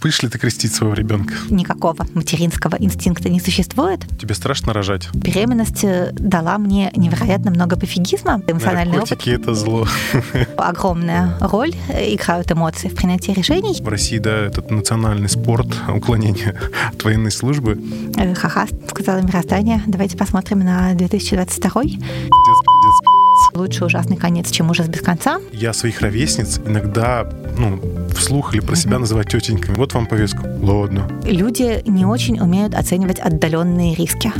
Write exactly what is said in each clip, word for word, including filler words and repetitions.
Будешь ли ты крестить своего ребенка? Никакого материнского инстинкта не существует. Тебе страшно рожать? Беременность дала мне невероятно много пофигизма, эмоциональный Наркотики опыт. — это зло. Огромная роль играют эмоции в принятии решений. В России, да, этот национальный спорт, уклонение от военной службы. Э, Ха-ха, сказала мироздание. Давайте посмотрим на две тысячи двадцать второй. Пиздец, пиздец, пиздец. Лучше ужасный конец, чем ужас без конца. Я своих ровесниц иногда, ну, вслух или про себя называю тетеньками. Вот вам повестка. Ладно. Люди не очень умеют оценивать отдаленные риски.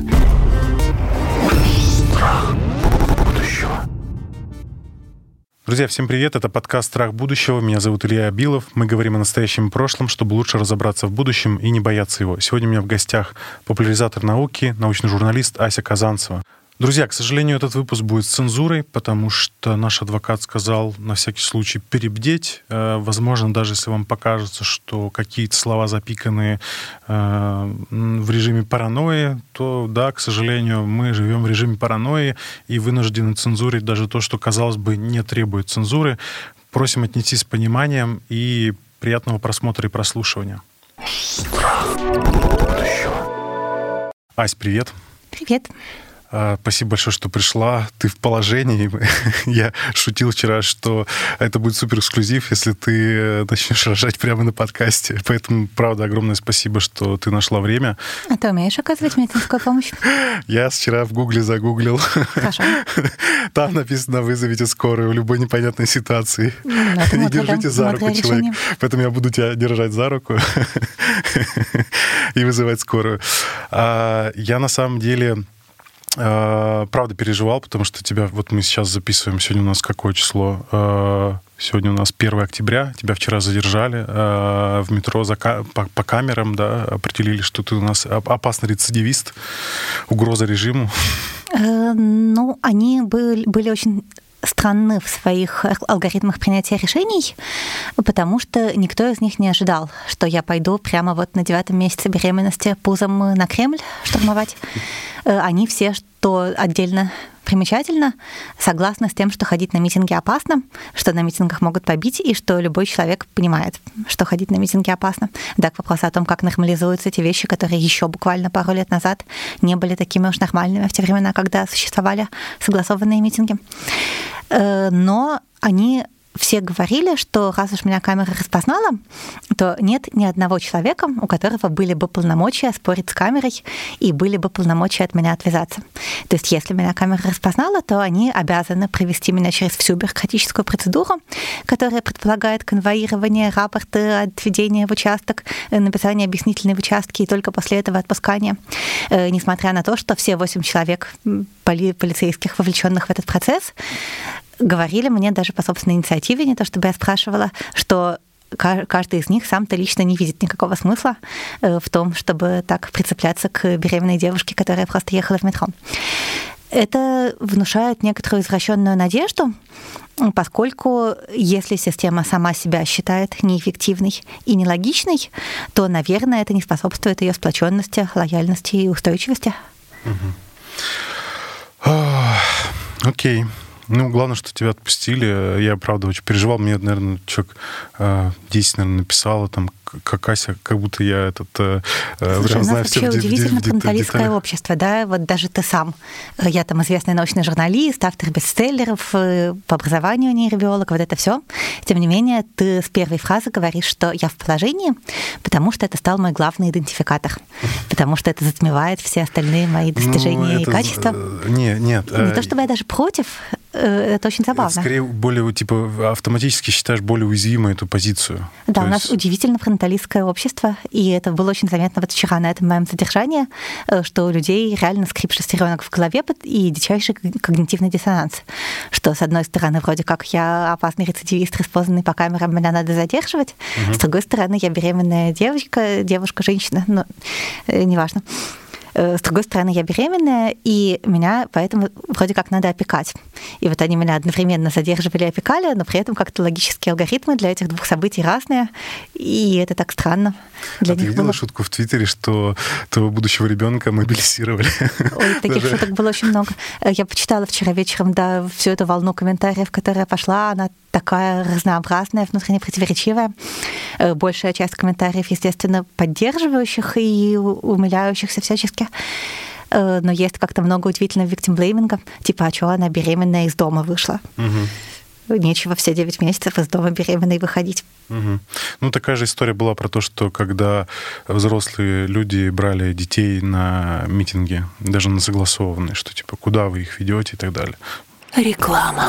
Страх будущего. Друзья, всем привет. Это подкаст «Страх будущего». Меня зовут Илья Абилов. Мы говорим о настоящем и прошлом, чтобы лучше разобраться в будущем и не бояться его. Сегодня у меня в гостях популяризатор науки, научный журналист Ася Казанцева. Друзья, к сожалению, этот выпуск будет с цензурой, потому что наш адвокат сказал на всякий случай перебдеть. Возможно, даже если вам покажется, что какие-то слова запиканы в режиме паранойи, то да, к сожалению, мы живем в режиме паранойи и вынуждены цензурить даже то, что, казалось бы, не требует цензуры. Просим отнестись с пониманием и приятного просмотра и прослушивания. Ась, привет. Привет. Спасибо большое, что пришла. Ты в положении. Я шутил вчера, что это будет супер эксклюзив, если ты начнешь рожать прямо на подкасте. Поэтому, правда, огромное спасибо, что ты нашла время. А ты умеешь оказывать медицинскую помощь? Я вчера в Гугле загуглил. Хорошо. Там написано: вызовите скорую в любой непонятной ситуации. Ну, и держите за руку человека. Поэтому я буду тебя держать за руку и вызывать скорую. Я на самом деле... правда переживал, потому что тебя... Вот мы сейчас записываем, сегодня у нас какое число? Сегодня у нас первое октября, тебя вчера задержали в метро за, по, по камерам, да, определили, что ты у нас опасный рецидивист, угроза режиму. Э, ну, они были, были очень... странны в своих алгоритмах принятия решений, потому что никто из них не ожидал, что я пойду прямо вот на девятом месяце беременности пузом на Кремль штурмовать. Они все, что отдельно примечательно, согласны с тем, что ходить на митинги опасно, что на митингах могут побить, и что любой человек понимает, что ходить на митинги опасно. Да, к вопросу о том, как нормализуются эти вещи, которые еще буквально пару лет назад не были такими уж нормальными в те времена, когда существовали согласованные митинги. Но они все говорили, что раз уж меня камера распознала, то нет ни одного человека, у которого были бы полномочия спорить с камерой и были бы полномочия от меня отвязаться. То есть если меня камера распознала, то они обязаны провести меня через всю бюрократическую процедуру, которая предполагает конвоирование, рапорты, отведение в участок, написание объяснительной в участке и только после этого отпускание. Несмотря на то, что все восемь человек поли- полицейских, вовлеченных в этот процесс, говорили мне даже по собственной инициативе, не то чтобы я спрашивала, что каждый из них сам-то лично не видит никакого смысла в том, чтобы так прицепляться к беременной девушке, которая просто ехала в метро. Это внушает некоторую извращенную надежду, поскольку если система сама себя считает неэффективной и нелогичной, то, наверное, это не способствует ее сплоченности, лояльности и устойчивости. Окей. Ну, главное, что тебя отпустили. Я, правда, очень переживал. Мне, наверное, человек десять, наверное, написало, там, как Ася, как будто я этот... Слушай, прям знаю все в деталях. Удивительно фронталистское общество, да? Вот даже ты сам. Я там известный научный журналист, автор бестселлеров, по образованию нейробиолог, вот это все. Тем не менее, ты с первой фразы говоришь, что я в положении, потому что это стал мой главный идентификатор. Потому что это затмевает все остальные мои достижения ну, и качества. Не, нет. Не то чтобы я даже против, это очень забавно. Скорее, более, типа, автоматически считаешь более уязвимой эту позицию. Да, То у нас есть... удивительно фронталистское общество, и это было очень заметно вот вчера на этом моем задержании, что у людей реально скрип шестеренок в голове и дичайший когнитивный диссонанс. Что, с одной стороны, вроде как я опасный рецидивист, распознанный по камерам, меня надо задерживать, угу. С другой стороны, я беременная девочка, девушка, женщина, но неважно. С другой стороны, я беременная, и меня поэтому вроде как надо опекать. И вот они меня одновременно задерживали и опекали, но при этом как-то логические алгоритмы для этих двух событий разные, и это так странно. Для а ты видела было... шутку в Твиттере, что твоего будущего ребенка мобилизировали? Ой, таких шуток было очень много. Я почитала вчера вечером, да, всю эту волну комментариев, которая пошла, она такая разнообразная, внутренне противоречивая. Большая часть комментариев, естественно, поддерживающих и умиляющихся всячески. Но есть как-то много удивительного виктимблейминга, типа, а что она беременная из дома вышла? Угу. Нечего все девять месяцев из дома беременной выходить. Угу. Ну, такая же история была про то, что когда взрослые люди брали детей на митинги, даже на согласованные, что типа, куда вы их ведете и так далее. Реклама.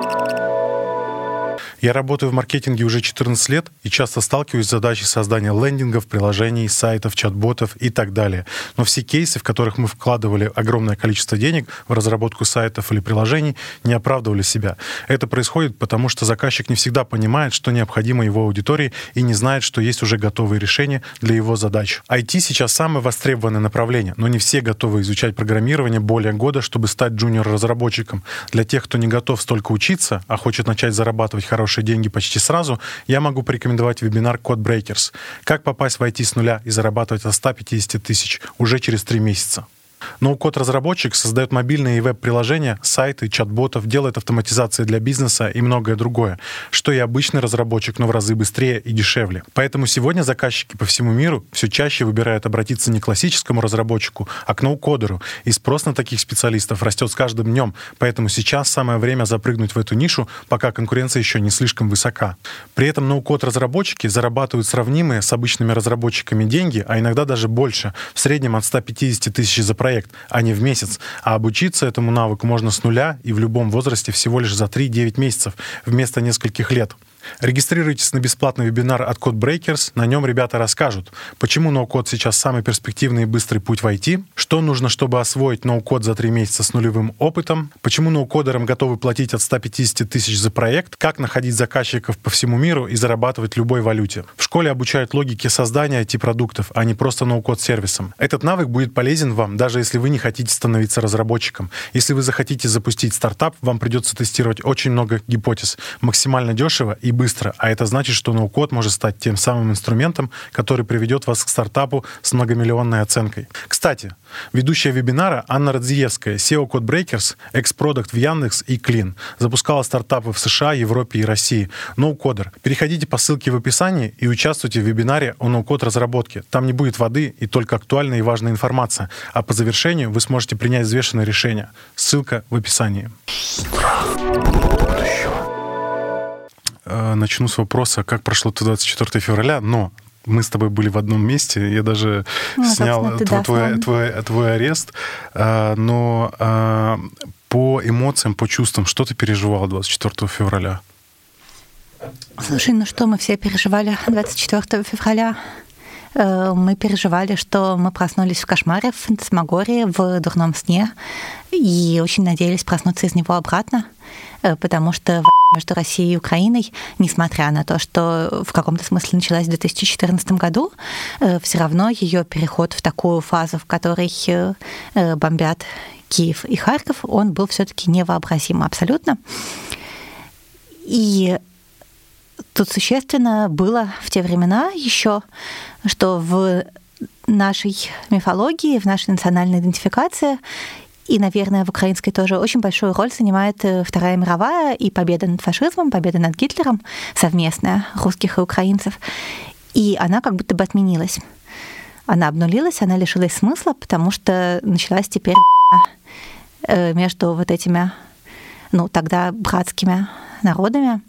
Я работаю в маркетинге уже четырнадцать лет и часто сталкиваюсь с задачей создания лендингов, приложений, сайтов, чат-ботов и так далее. Но все кейсы, в которых мы вкладывали огромное количество денег в разработку сайтов или приложений, не оправдывали себя. Это происходит потому, что заказчик не всегда понимает, что необходимо его аудитории, и не знает, что есть уже готовые решения для его задач. ай ти сейчас самое востребованное направление, но не все готовы изучать программирование более года, чтобы стать джуниор-разработчиком. Для тех, кто не готов столько учиться, а хочет начать зарабатывать хорошие деньги почти сразу, я могу порекомендовать вебинар CodeBreakers. Как попасть в ай ти с нуля и зарабатывать от ста пятидесяти тысяч уже через три месяца. Ноу-код-разработчик создает мобильные и веб-приложения, сайты, чат-ботов, делает автоматизации для бизнеса и многое другое, что и обычный разработчик, но в разы быстрее и дешевле. Поэтому сегодня заказчики по всему миру все чаще выбирают обратиться не к классическому разработчику, а к ноу-кодеру, и спрос на таких специалистов растет с каждым днем, поэтому сейчас самое время запрыгнуть в эту нишу, пока конкуренция еще не слишком высока. При этом ноу-код-разработчики зарабатывают сравнимые с обычными разработчиками деньги, а иногда даже больше, в среднем от ста пятидесяти тысяч за проект, а не в месяц. А обучиться этому навыку можно с нуля и в любом возрасте всего лишь за три-девять месяцев вместо нескольких лет. Регистрируйтесь на бесплатный вебинар от CodeBreakers. На нем ребята расскажут, почему ноу-код сейчас самый перспективный и быстрый путь в ай ти, что нужно, чтобы освоить ноу-код за три месяца с нулевым опытом, почему ноу-кодерам готовы платить от ста пятидесяти тысяч за проект, как находить заказчиков по всему миру и зарабатывать в любой валюте. В школе обучают логике создания ай ти-продуктов, а не просто ноу-код-сервисом. Этот навык будет полезен вам, даже если вы не хотите становиться разработчиком. Если вы захотите запустить стартап, вам придется тестировать очень много гипотез, максимально дешево и быстро, а это значит, что ноу-код может стать тем самым инструментом, который приведет вас к стартапу с многомиллионной оценкой. Кстати, ведущая вебинара Анна Радзиевская, си и о CodeBreakers, экс-продакт в Яндекс и Клин, запускала стартапы в США, Европе и России. Ноу-кодер. Переходите по ссылке в описании и участвуйте в вебинаре о ноу-код разработке. Там не будет воды и только актуальная и важная информация, а по завершению вы сможете принять взвешенное решение. Ссылка в описании. Начну с вопроса, как прошло двадцать четвёртое февраля, но мы с тобой были в одном месте, я даже ну, снял твой, да, твой, твой, твой арест, но по эмоциям, по чувствам, что ты переживала двадцать четвёртого февраля? Слушай, ну что мы все переживали двадцать четвёртого февраля? Мы переживали, что мы проснулись в кошмаре в фантасмагории, в дурном сне, и очень надеялись проснуться из него обратно, потому что между Россией и Украиной, несмотря на то, что в каком-то смысле началась в две тысячи четырнадцатом году, все равно ее переход в такую фазу, в которой бомбят Киев и Харьков, он был все-таки невообразим абсолютно. И тут существенно было в те времена еще, что в нашей мифологии, в нашей национальной идентификации и, наверное, в украинской тоже очень большую роль занимает Вторая мировая и победа над фашизмом, победа над Гитлером, совместная русских и украинцев. И она как будто бы отменилась. Она обнулилась, она лишилась смысла, потому что началась теперь между вот этими, ну, тогда братскими народами.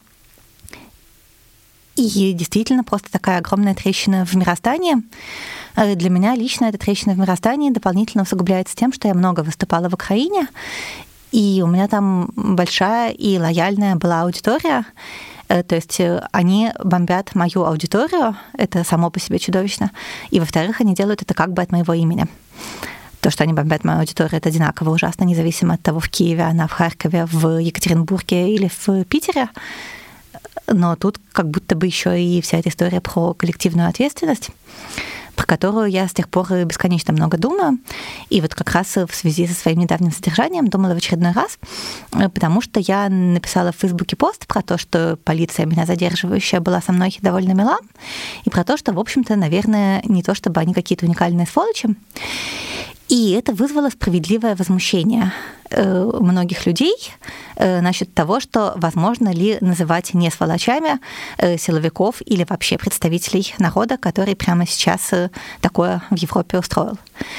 И действительно просто такая огромная трещина в мироздании. Для меня лично эта трещина в мироздании дополнительно усугубляется тем, что я много выступала в Украине, и у меня там большая и лояльная была аудитория. То есть они бомбят мою аудиторию, это само по себе чудовищно, и, во-вторых, они делают это как бы от моего имени. То, что они бомбят мою аудиторию, это одинаково ужасно, независимо от того, в Киеве она, в Харькове, в Екатеринбурге или в Питере. Но тут как будто бы еще и вся эта история про коллективную ответственность, про которую я с тех пор бесконечно много думаю. И вот как раз в связи со своим недавним содержанием думала в очередной раз, потому что я написала в Фейсбуке пост про то, что полиция меня задерживающая была со мной довольно мила, и про то, что, в общем-то, наверное, не то чтобы они какие-то уникальные сволочи. И это вызвало справедливое возмущение многих людей насчет того, что возможно ли называть не сволочами силовиков или вообще представителей народа, который прямо сейчас такое в Европе устроил.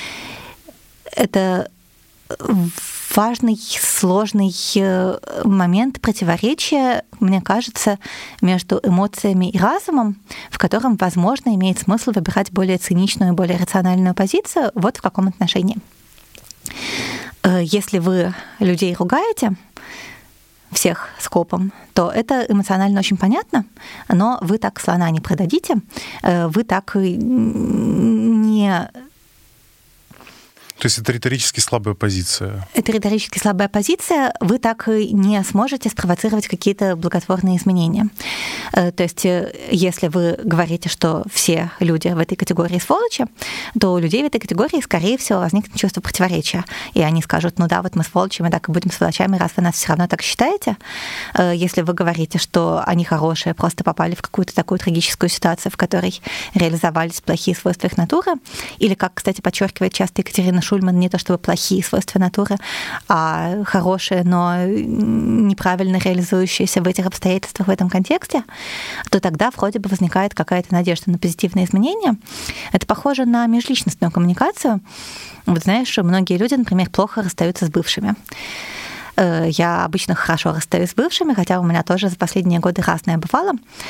Это важный, сложный момент противоречия, мне кажется, между эмоциями и разумом, в котором, возможно, имеет смысл выбирать более циничную, более рациональную позицию. Вот в каком отношении. Если вы людей ругаете, всех скопом, то это эмоционально очень понятно, но вы так слона не продадите, вы так не... То есть это риторически слабая позиция. Это риторически слабая позиция. Вы так не сможете спровоцировать какие-то благотворные изменения. То есть если вы говорите, что все люди в этой категории сволочи, то у людей в этой категории, скорее всего, возникнет чувство противоречия. И они скажут, ну да, вот мы сволочи, мы так и будем сволочами, раз вы нас все равно так считаете. Если вы говорите, что они хорошие, просто попали в какую-то такую трагическую ситуацию, в которой реализовались плохие свойства их натуры, или, как, кстати, подчеркивает часто Екатерина Шульман, не то чтобы плохие свойства натуры, а хорошие, но неправильно реализующиеся в этих обстоятельствах, в этом контексте, то тогда вроде бы возникает какая-то надежда на позитивные изменения. Это похоже на межличностную коммуникацию. Вот знаешь, многие люди, например, плохо расстаются с бывшими. Я обычно хорошо расстаюсь с бывшими, хотя у меня тоже за последние годы разное бывало.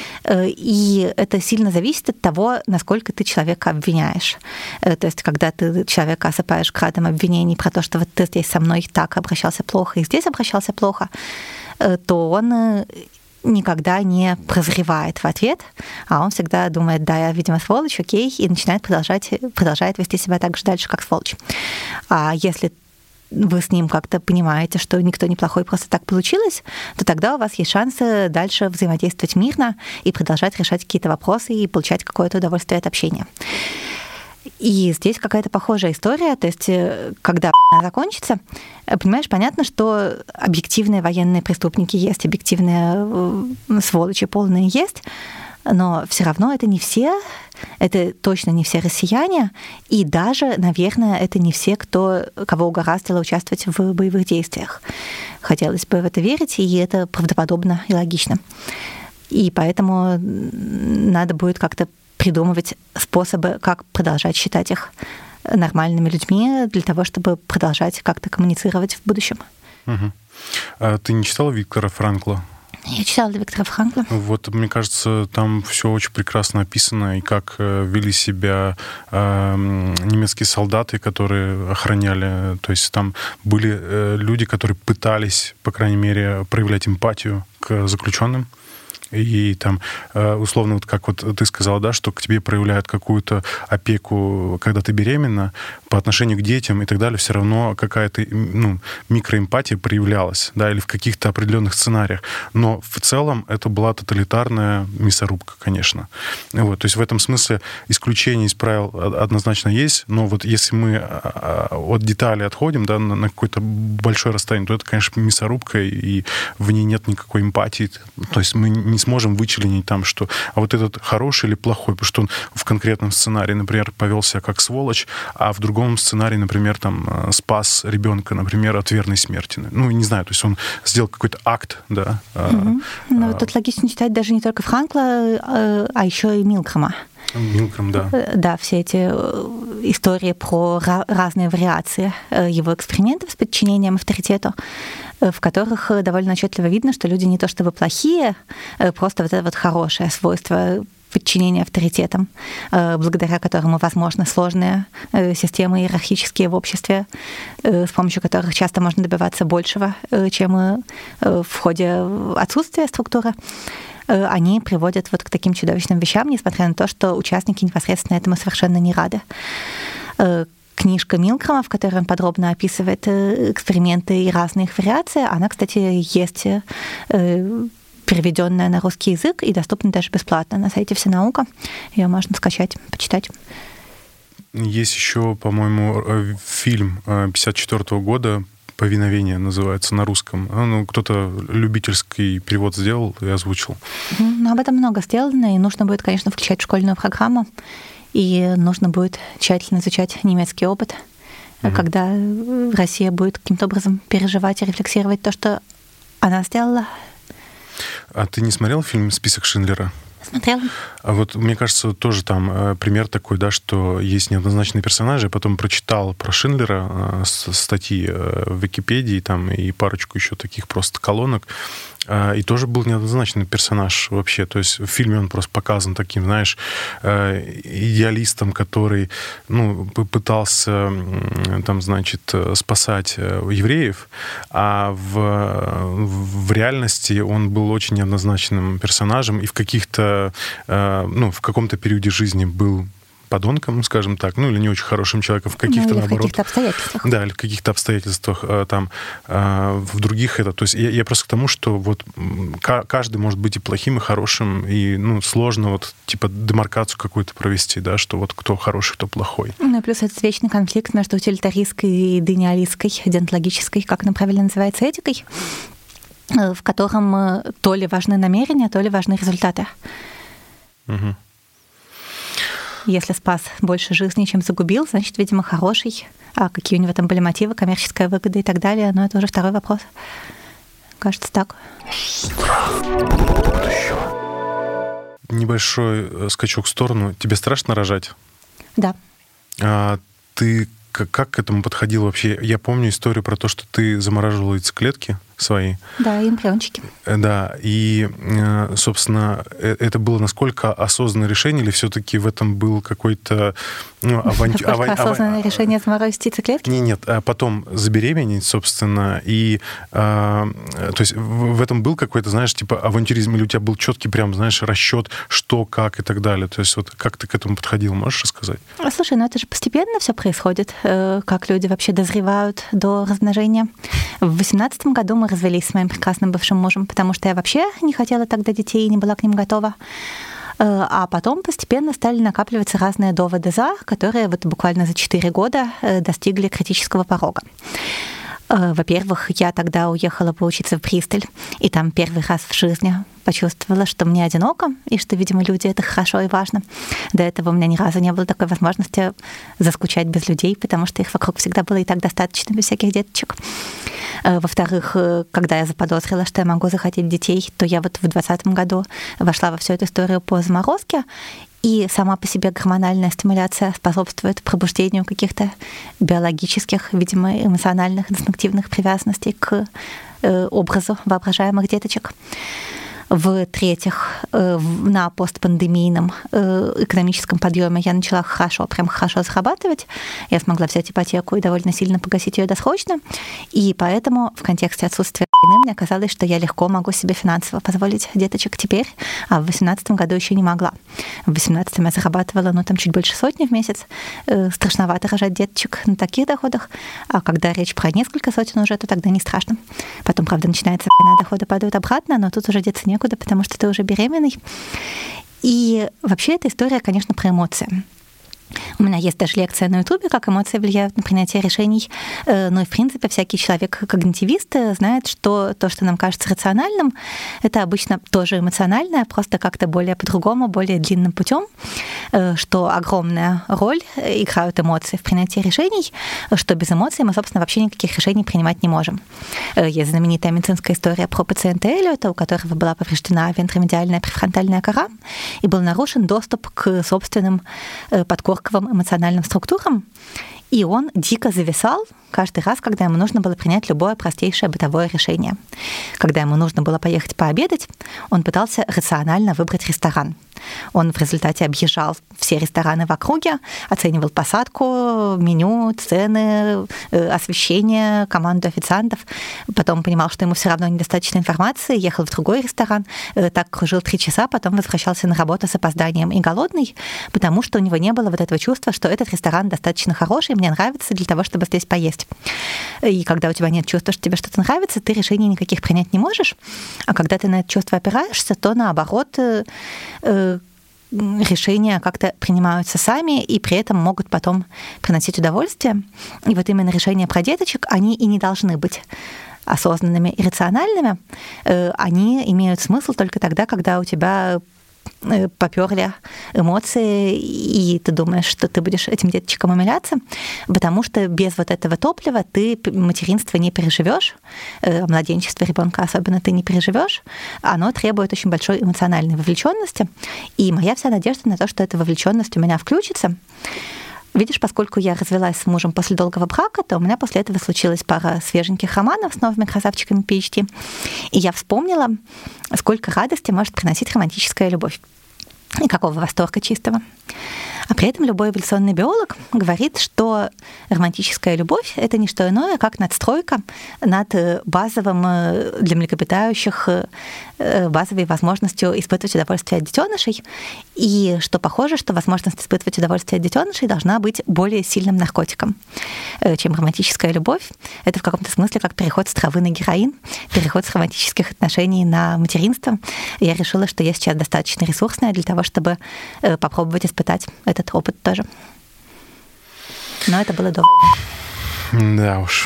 И это сильно зависит от того, насколько ты человека обвиняешь. То есть, когда ты человека осыпаешь градом обвинений про то, что вот ты здесь со мной так обращался плохо и здесь обращался плохо, то он никогда не прозревает в ответ, а он всегда думает, да, я, видимо, сволочь, окей, и начинает продолжать, продолжает вести себя так же дальше, как сволочь. А если вы с ним как-то понимаете, что никто не плохой, просто так получилось, то тогда у вас есть шансы дальше взаимодействовать мирно и продолжать решать какие-то вопросы и получать какое-то удовольствие от общения. И здесь какая-то похожая история, то есть когда закончится, понимаешь, понятно, что объективные военные преступники есть, объективные сволочи полные есть, но все равно это не все, это точно не все россияне, и даже, наверное, это не все, кто, кого угораздило участвовать в боевых действиях. Хотелось бы в это верить, и это правдоподобно и логично. И поэтому надо будет как-то придумывать способы, как продолжать считать их нормальными людьми для того, чтобы продолжать как-то коммуницировать в будущем. Угу. А ты не читала Виктора Франкла? Я читала Виктора Франкла. Вот, мне кажется, там все очень прекрасно описано, и как вели себя э, немецкие солдаты, которые охраняли. То есть там были э, люди, которые пытались, по крайней мере, проявлять эмпатию к заключенным. И там, условно, вот как вот ты сказала, да, что к тебе проявляют какую-то опеку, когда ты беременна, по отношению к детям и так далее, все равно какая-то, ну, микроэмпатия проявлялась, да, или в каких-то определенных сценариях. Но в целом это была тоталитарная мясорубка, конечно. Вот, то есть в этом смысле исключение из правил однозначно есть, но вот если мы от деталей отходим, да, на какое-то большое расстояние, то это, конечно, мясорубка, и в ней нет никакой эмпатии. То есть мы не сможем вычленить там, что а вот этот хороший или плохой, потому что он в конкретном сценарии, например, повел себя как сволочь, а в другом сценарии, например, там спас ребенка, например, от верной смерти. Ну, не знаю, то есть он сделал какой-то акт, да. Mm-hmm. А, Но а... тут логично читать даже не только Франкла, а еще и Милгрэма. Милгрэм, да. Да, все эти истории про разные вариации его экспериментов с подчинением авторитету, в которых довольно отчетливо видно, что люди не то чтобы плохие, просто вот это вот хорошее свойство подчинения авторитетам, благодаря которому возможны сложные системы иерархические в обществе, с помощью которых часто можно добиваться большего, чем в ходе отсутствия структуры. Они приводят вот к таким чудовищным вещам, несмотря на то, что участники непосредственно этому совершенно не рады. Книжка Милгрэма, в которой он подробно описывает эксперименты и разные их вариации, она, кстати, есть переведенная на русский язык и доступна даже бесплатно на сайте Всенаука. Ее можно скачать, почитать. Есть еще, по-моему, фильм пятьдесят четвёртого года «Повиновение» называется на русском. Ну, кто-то любительский перевод сделал и озвучил. Ну, об этом много сделано, и нужно будет, конечно, включать в школьную программу. И нужно будет тщательно изучать немецкий опыт, угу. когда Россия будет каким-то образом переживать и рефлексировать то, что она сделала. А ты не смотрел фильм «Список Шиндлера»? Смотрела. А вот, мне кажется, тоже там э, пример такой, да, что есть неоднозначные персонажи. Я потом прочитал про Шиндлера э, статьи э, в Википедии там, и парочку еще таких просто колонок. Э, и тоже был неоднозначный персонаж вообще. То есть в фильме он просто показан таким, знаешь, э, идеалистом, который, ну, пытался, э, там, значит, спасать евреев, а в, в реальности он был очень неоднозначным персонажем и в каких-то ну, в каком-то периоде жизни был подонком, скажем так, ну, или не очень хорошим человеком, в каких-то, ну, или наоборот... в каких-то обстоятельствах. Да, или в каких-то обстоятельствах там, в других это... То есть я, я просто к тому, что вот каждый может быть и плохим, и хорошим, и, ну, сложно вот, типа, демаркацию какую-то провести, да, что вот кто хороший, кто плохой. Ну, и плюс этот вечный конфликт между утилитаристской и денеалистской, деонтологической, как она правильно называется, этикой, в котором то ли важны намерения, то ли важны результаты. Угу. Если спас больше жизней, чем загубил, значит, видимо, хороший. А какие у него там были мотивы, коммерческая выгода и так далее, но это уже второй вопрос. Кажется, так. Небольшой скачок в сторону. Тебе страшно рожать? Да. А ты как к этому подходил вообще? Я помню историю про то, что ты замораживала яйцеклетки свои. Да, и эмбриончики. Да, и, собственно, это было насколько осознанное решение, или все-таки в этом был какой-то... Ну, авантю... Насколько аван... осознанное ав... решение заморозить яйцеклетки? Нет, нет, а потом забеременеть, собственно, и... А, то есть в, в этом был какой-то, знаешь, типа авантюризм, или у тебя был четкий прям, знаешь, расчет, что, как и так далее? То есть вот как ты к этому подходил, можешь рассказать? Слушай, ну это же постепенно все происходит, как люди вообще дозревают до размножения. В восемнадцатом году мы развелись с моим прекрасным бывшим мужем, потому что я вообще не хотела тогда детей и не была к ним готова. А потом постепенно стали накапливаться разные доводы «за», которые вот буквально за четыре года достигли критического порога. Во-первых, я тогда уехала поучиться в Бристоль, и там первый раз в жизни почувствовала, что мне одиноко, и что, видимо, люди — это хорошо и важно. До этого у меня ни разу не было такой возможности заскучать без людей, потому что их вокруг всегда было и так достаточно, без всяких деточек. Во-вторых, когда я заподозрила, что я могу захотеть детей, то я вот в двадцатом году вошла во всю эту историю по заморозке, и сама по себе гормональная стимуляция способствует пробуждению каких-то биологических, видимо, эмоциональных, инстинктивных привязанностей к образу воображаемых деточек. В-третьих, на постпандемийном экономическом подъеме я начала хорошо, прям хорошо зарабатывать. Я смогла взять ипотеку и довольно сильно погасить ее досрочно. И поэтому в контексте отсутствия войны мне казалось, что я легко могу себе финансово позволить деточек теперь, а в восемнадцатом году еще не могла. В восемнадцатом я зарабатывала, ну, там чуть больше сотни в месяц. Страшновато рожать деточек на таких доходах. А когда речь про несколько сотен уже, то тогда не страшно. Потом, правда, начинается война, доходы падают обратно, но тут уже деться некуда, потому что ты уже беременный. И вообще эта история, конечно, про эмоции. У меня есть даже лекция на Ютубе, как эмоции влияют на принятие решений. Но и, в принципе, всякий человек-когнитивист знает, что то, что нам кажется рациональным, это обычно тоже эмоциональное, просто как-то более по-другому, более длинным путем, что огромная роль играют эмоции в принятии решений, что без эмоций мы, собственно, вообще никаких решений принимать не можем. Есть знаменитая медицинская история про пациента Эллиота, у которого была повреждена вентромедиальная префронтальная кора, и был нарушен доступ к собственным подкорковым эмоциональным структурам, и он дико зависал каждый раз, когда ему нужно было принять любое простейшее бытовое решение. Когда ему нужно было поехать пообедать, он пытался рационально выбрать ресторан. Он в результате объезжал все рестораны в округе, оценивал посадку, меню, цены, освещение, команду официантов. Потом понимал, что ему все равно недостаточно информации, ехал в другой ресторан, так кружил три часа, потом возвращался на работу с опозданием и голодный, потому что у него не было вот этого чувства, что этот ресторан достаточно хороший, мне нравится для того, чтобы здесь поесть. И когда у тебя нет чувства, что тебе что-то нравится, ты решений никаких принять не можешь. А когда ты на это чувство опираешься, то наоборот решения как-то принимаются сами и при этом могут потом приносить удовольствие. И вот именно решения про деточек, они и не должны быть осознанными и рациональными. Они имеют смысл только тогда, когда у тебя поперли эмоции, и ты думаешь, что ты будешь этим деточком умиляться, потому что без вот этого топлива ты материнство не переживешь, младенчество ребенка особенно ты не переживешь, оно требует очень большой эмоциональной вовлеченности, и моя вся надежда на то, что эта вовлеченность у меня включится. Видишь, поскольку я развелась с мужем после долгого брака, то у меня после этого случилась пара свеженьких романов с новыми красавчиками пи эйч ди. И я вспомнила, сколько радости может приносить романтическая любовь. И какого восторга чистого. А при этом любой эволюционный биолог говорит, что романтическая любовь — это не что иное, как надстройка над базовым для млекопитающих базовой возможностью испытывать удовольствие от детенышей, и что похоже, что возможность испытывать удовольствие от детенышей должна быть более сильным наркотиком, чем романтическая любовь. Это в каком-то смысле как переход с травы на героин, переход с романтических отношений на материнство. Я решила, что я сейчас достаточно ресурсная для того, чтобы попробовать испытать этот опыт тоже. Но это было до войны. Да уж.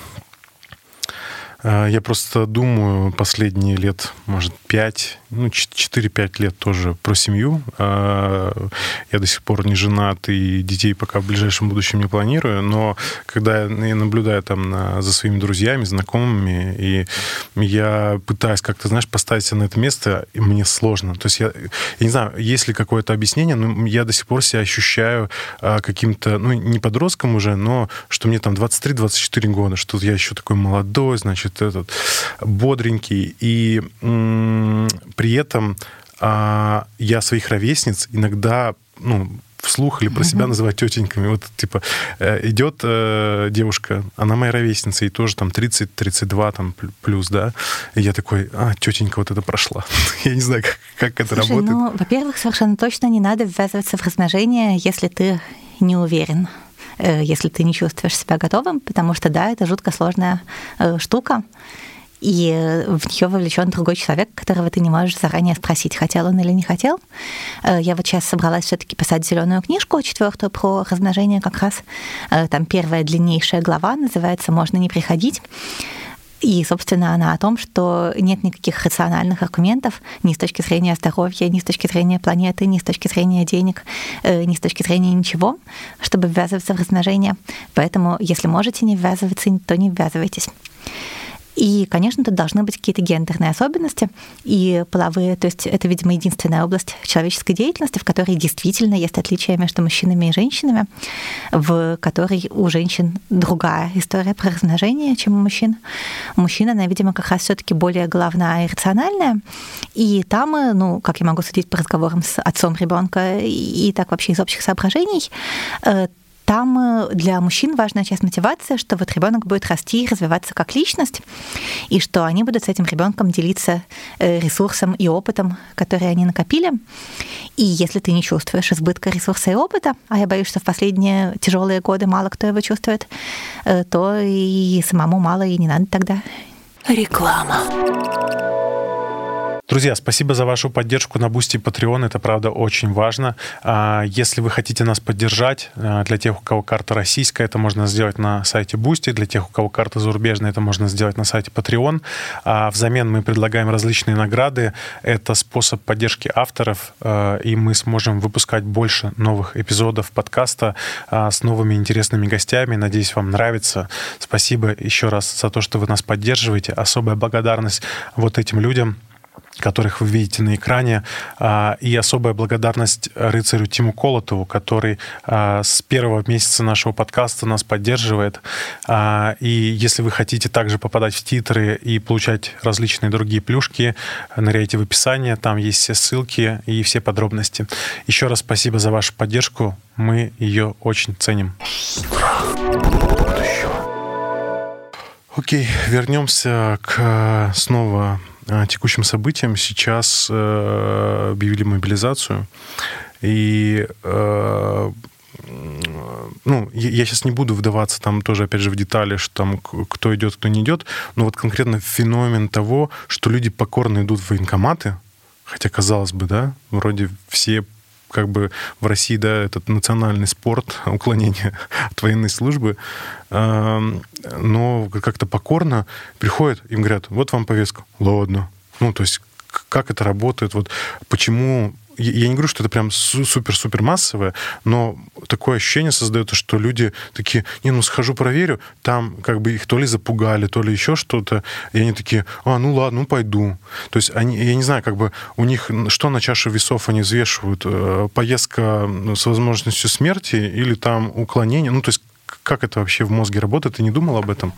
Я просто думаю последние лет, может, пять, ну, четыре-пять лет тоже про семью. Я до сих пор не женат и детей пока в ближайшем будущем не планирую, но когда я наблюдаю там за своими друзьями, знакомыми, и я пытаюсь как-то, знаешь, поставить себя на это место, и мне сложно. То есть я, я не знаю, есть ли какое-то объяснение, но я до сих пор себя ощущаю каким-то, ну, не подростком уже, но что мне там двадцать три - двадцать четыре года, что я еще такой молодой, значит, этот бодренький, и м- при этом а, я своих ровесниц иногда, ну, вслух или про себя называю тетеньками. Вот, типа, идет э, девушка, она моя ровесница, ей тоже там тридцать - тридцать два там, плюс, да, и я такой, а, тетенька вот это прошла. Я не знаю, как, как это Слушай, работает. Ну, во-первых, совершенно точно не надо ввязываться в размножение, если ты не уверен, если ты не чувствуешь себя готовым, потому что, да, это жутко сложная э, штука, и в нее вовлечен другой человек, которого ты не можешь заранее спросить, хотел он или не хотел. Э, я вот сейчас собралась все-таки писать зеленую книжку, четвертую, про размножение как раз. Э, там первая длиннейшая глава, называется «Можно не приходить». И, собственно, она о том, что нет никаких рациональных аргументов ни с точки зрения здоровья, ни с точки зрения планеты, ни с точки зрения денег, ни с точки зрения ничего, чтобы ввязываться в размножение. Поэтому, если можете не ввязываться, то не ввязывайтесь. И, конечно, тут должны быть какие-то гендерные особенности и половые. То есть это, видимо, единственная область человеческой деятельности, в которой действительно есть отличия между мужчинами и женщинами, в которой у женщин другая история про размножение, чем у мужчин. У мужчин она, видимо, как раз все-таки более головная и рациональная. И там, ну, как я могу судить по разговорам с отцом ребенка и, и так вообще из общих соображений, там для мужчин важная часть мотивации, что вот ребенок будет расти и развиваться как личность, и что они будут с этим ребенком делиться ресурсом и опытом, которые они накопили. И если ты не чувствуешь избытка ресурса и опыта, а я боюсь, что в последние тяжелые годы мало кто его чувствует, то и самому мало и не надо тогда. Реклама. Друзья, спасибо за вашу поддержку на Boosty и Patreon. Это, правда, очень важно. Если вы хотите нас поддержать, для тех, у кого карта российская, это можно сделать на сайте Boosty. Для тех, у кого карта зарубежная, это можно сделать на сайте Patreon. Взамен мы предлагаем различные награды. Это способ поддержки авторов, и мы сможем выпускать больше новых эпизодов подкаста с новыми интересными гостями. Надеюсь, вам нравится. Спасибо еще раз за то, что вы нас поддерживаете. Особая благодарность вот этим людям, которых вы видите на экране, и особая благодарность рыцарю Тиму Колотову, который с первого месяца нашего подкаста нас поддерживает. И если вы хотите также попадать в титры и получать различные другие плюшки, ныряйте в описание, там есть все ссылки и все подробности. Еще раз спасибо за вашу поддержку, мы ее очень ценим. Окей, вернемся к снова текущим событиям. Сейчас э, объявили мобилизацию. И э, ну, я, я сейчас не буду вдаваться там тоже, опять же, в детали, что там кто идет, кто не идет, но вот конкретно феномен того, что люди покорно идут в военкоматы, хотя, казалось бы, да, вроде все как бы в России, да, этот национальный спорт, уклонение от военной службы, но как-то покорно приходят, им говорят, вот вам повестка. Ладно. Ну, то есть как это работает? Вот почему я не говорю, что это прям супер-супер массовое, но такое ощущение создается, что люди такие, не, ну схожу проверю, там как бы их то ли запугали, то ли еще что-то, и они такие, а, ну ладно, ну пойду. То есть они, я не знаю, как бы у них, что на чаше весов они взвешивают, поездка с возможностью смерти или там уклонение, ну то есть как это вообще в мозге работает, ты не думал об этом?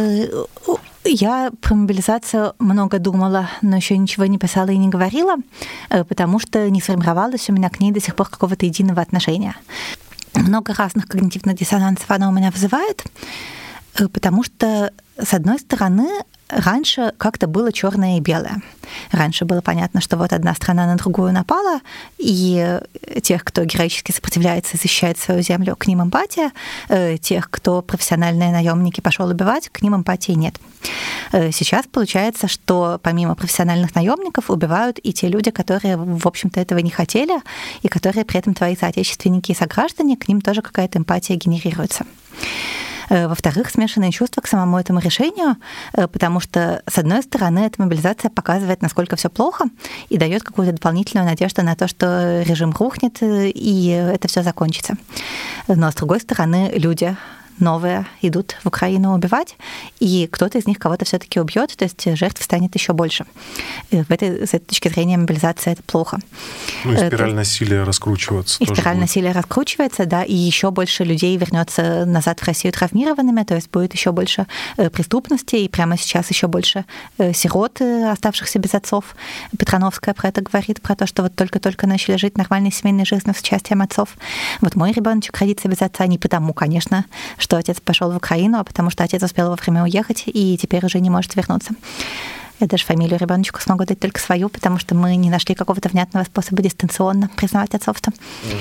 Я про мобилизацию много думала, но еще ничего не писала и не говорила, потому что не сформировалось у меня к ней до сих пор какого-то единого отношения. Много разных когнитивных диссонансов она у меня вызывает, потому что, с одной стороны, раньше как-то было черное и белое. Раньше было понятно, что вот одна страна на другую напала, и тех, кто героически сопротивляется, защищает свою землю, к ним эмпатия, тех, кто профессиональные наемники пошел убивать, к ним эмпатии нет. Сейчас получается, что помимо профессиональных наемников убивают и те люди, которые, в общем-то, этого не хотели, и которые при этом твои соотечественники и сограждане, к ним тоже какая-то эмпатия генерируется. Во-вторых, смешанные чувства к самому этому решению, потому что, с одной стороны, эта мобилизация показывает, насколько все плохо, и дает какую-то дополнительную надежду на то, что режим рухнет, и это все закончится. Но, с другой стороны, люди новые идут в Украину убивать, и кто-то из них кого-то все-таки убьет, то есть жертв станет еще больше. В этой, с этой точки зрения мобилизация — это плохо. Ну и спираль это... насилия раскручивается. И спираль будет. насилия раскручивается, да, и еще больше людей вернется назад в Россию травмированными, то есть будет еще больше преступности, и прямо сейчас еще больше сирот, оставшихся без отцов. Петрановская про это говорит, про то, что вот только-только начали жить нормальной семейной жизнью с участием отцов. Вот мой ребеночек родится без отца не потому, конечно, что отец пошел в Украину, а потому что отец успел вовремя уехать и теперь уже не может вернуться. Я даже фамилию ребеночку смогу дать только свою, потому что мы не нашли какого-то внятного способа дистанционно признавать отцовство. Mm.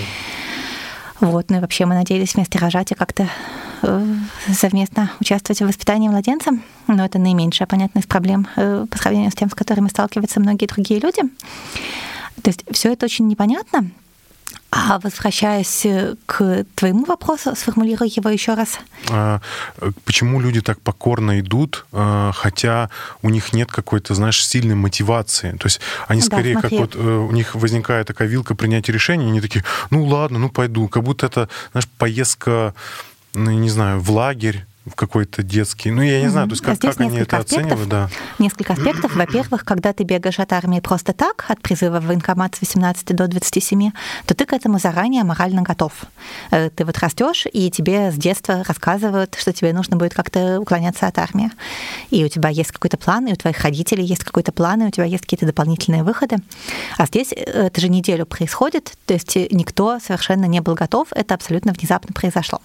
Вот, ну и вообще мы надеялись вместе рожать и как-то э, совместно участвовать в воспитании младенца, но это наименьшая, понятно, из проблем э, по сравнению с тем, с которыми сталкиваются многие другие люди. То есть все это очень непонятно. А возвращаясь к твоему вопросу, сформулирую его еще раз. Почему люди так покорно идут, хотя у них нет какой-то, знаешь, сильной мотивации? То есть они скорее, да, как вот у них возникает такая вилка принятия решений, они такие, ну ладно, ну пойду. Как будто это, знаешь, поездка, ну, не знаю, в лагерь, в какой-то детский. Ну, я не знаю, то есть как, как они это аспектов, оценивают, да. Несколько аспектов. Во-первых, когда ты бегаешь от армии просто так, от призыва в военкомат с восемнадцати до двадцати семи, то ты к этому заранее морально готов. Ты вот растешь, и тебе с детства рассказывают, что тебе нужно будет как-то уклоняться от армии. И у тебя есть какой-то план, и у твоих родителей есть какой-то план, и у тебя есть какие-то дополнительные выходы. А здесь это же неделю происходит, то есть никто совершенно не был готов, это абсолютно внезапно произошло.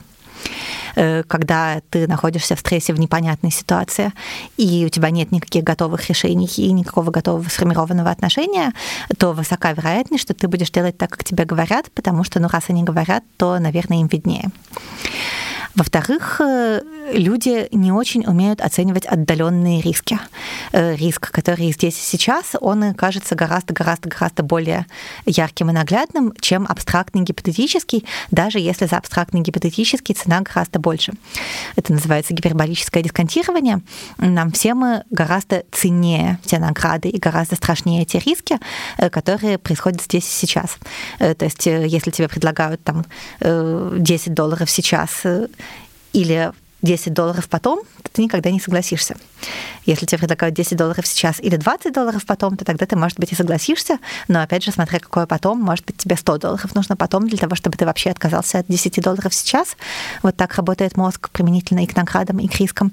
Когда ты находишься в стрессе, в непонятной ситуации, и у тебя нет никаких готовых решений и никакого готового сформированного отношения, то высока вероятность, что ты будешь делать так, как тебе говорят, потому что, ну, раз они говорят, то, наверное, им виднее. Во-вторых, люди не очень умеют оценивать отдаленные риски. Риск, который здесь и сейчас, он кажется гораздо-гораздо-гораздо более ярким и наглядным, чем абстрактный гипотетический, даже если за абстрактный гипотетический цена гораздо больше. Это называется гиперболическое дисконтирование. Нам всем гораздо ценнее те награды и гораздо страшнее те риски, которые происходят здесь и сейчас. То есть, если тебе предлагают там десять долларов сейчас или десять долларов потом, то ты никогда не согласишься. Если тебе предлагают десять долларов сейчас или двадцать долларов потом, то тогда ты, может быть, и согласишься, но, опять же, смотря какое потом, может быть, тебе сто долларов нужно потом для того, чтобы ты вообще отказался от десяти долларов сейчас. Вот так работает мозг применительно и к наградам, и к рискам.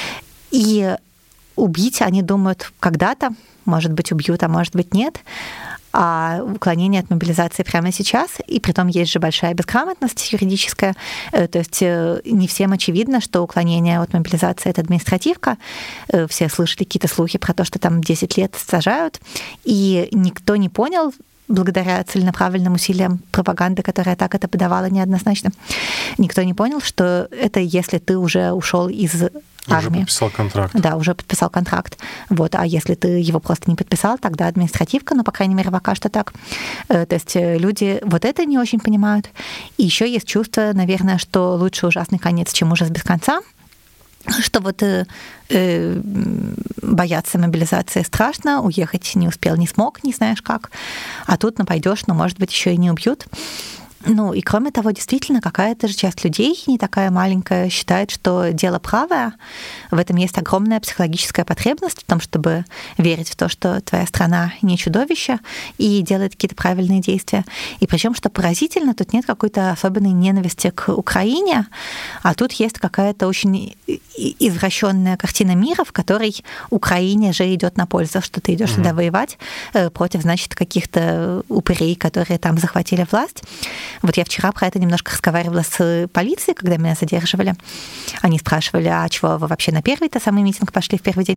И убить они думают когда-то, может быть, убьют, а может быть, нет. А уклонение от мобилизации прямо сейчас, и притом есть же большая безграмотность юридическая, то есть не всем очевидно, что уклонение от мобилизации — это административка. Все слышали какие-то слухи про то, что там десять лет сажают, и никто не понял, благодаря целенаправленным усилиям пропаганды, которая так это подавала неоднозначно, никто не понял, что это если ты уже ушел из армии. Уже подписал контракт. Да, уже подписал контракт. Вот. А если ты его просто не подписал, тогда административка, ну, по крайней мере, пока что так. То есть люди вот это не очень понимают. И еще есть чувство, наверное, что лучше ужасный конец, чем ужас без конца. что вот э, э, бояться мобилизации страшно, уехать не успел, не смог, не знаешь как, а тут, ну, пойдешь, но, может быть, еще и не убьют. Ну, и кроме того, действительно, какая-то же часть людей, не такая маленькая, считает, что дело правое. В этом есть огромная психологическая потребность в том, чтобы верить в то, что твоя страна не чудовище и делает какие-то правильные действия. И причем, что поразительно, тут нет какой-то особенной ненависти к Украине, а тут есть какая-то очень извращенная картина мира, в которой Украине же идет на пользу, что ты идешь mm-hmm. туда воевать против, значит, каких-то упырей, которые там захватили власть. Вот я вчера про это немножко разговаривала с полицией, когда меня задерживали. Они спрашивали, а чего вы вообще на первый-то самый митинг пошли в первый день?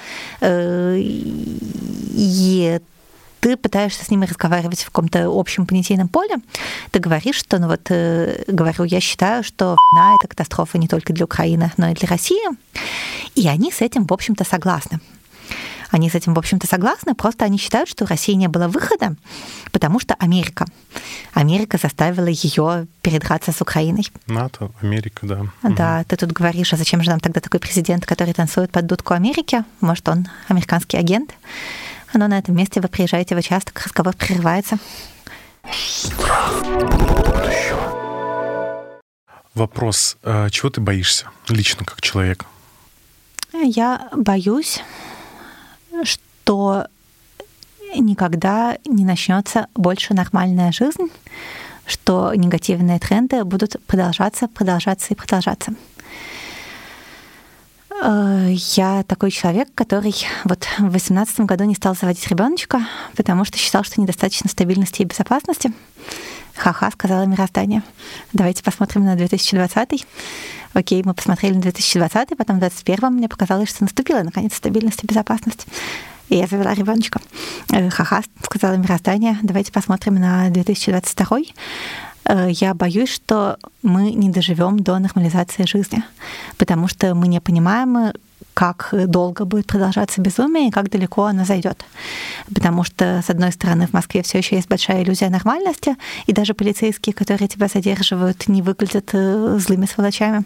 И ты пытаешься с ними разговаривать в каком-то общем понятийном поле. Ты говоришь, что, ну вот, говорю, я считаю, что война — это катастрофа не только для Украины, но и для России. И они с этим, в общем-то, согласны. Они с этим, в общем-то, согласны, просто они считают, что у России не было выхода, потому что Америка. Америка заставила ее передраться с Украиной. НАТО, Америка, да. Да, угу. Ты тут говоришь, а зачем же нам тогда такой президент, который танцует под дудку Америки? Может, он американский агент? Но на этом месте вы приезжаете в участок, разговор прерывается. Вопрос, чего ты боишься лично как человек? Я боюсь, что никогда не начнется больше нормальная жизнь, что негативные тренды будут продолжаться, продолжаться и продолжаться. Я такой человек, который вот в две тысячи восемнадцатом году не стал заводить ребеночка, потому что считал, что недостаточно стабильности и безопасности. Ха-ха, сказала мироздание. Давайте посмотрим на две тысячи двадцатый. Окей, мы посмотрели на две тысячи двадцатый, потом в две тысячи двадцать первом мне показалось, что наступила наконец стабильность и безопасность. И я завела ребеночка. Ха-ха, сказала мироздание. Давайте посмотрим на две тысячи двадцать второй. Я боюсь, что мы не доживем до нормализации жизни, потому что мы не понимаем, как долго будет продолжаться безумие и как далеко оно зайдет. Потому что, с одной стороны, в Москве все еще есть большая иллюзия нормальности, и даже полицейские, которые тебя задерживают, не выглядят злыми сволочами.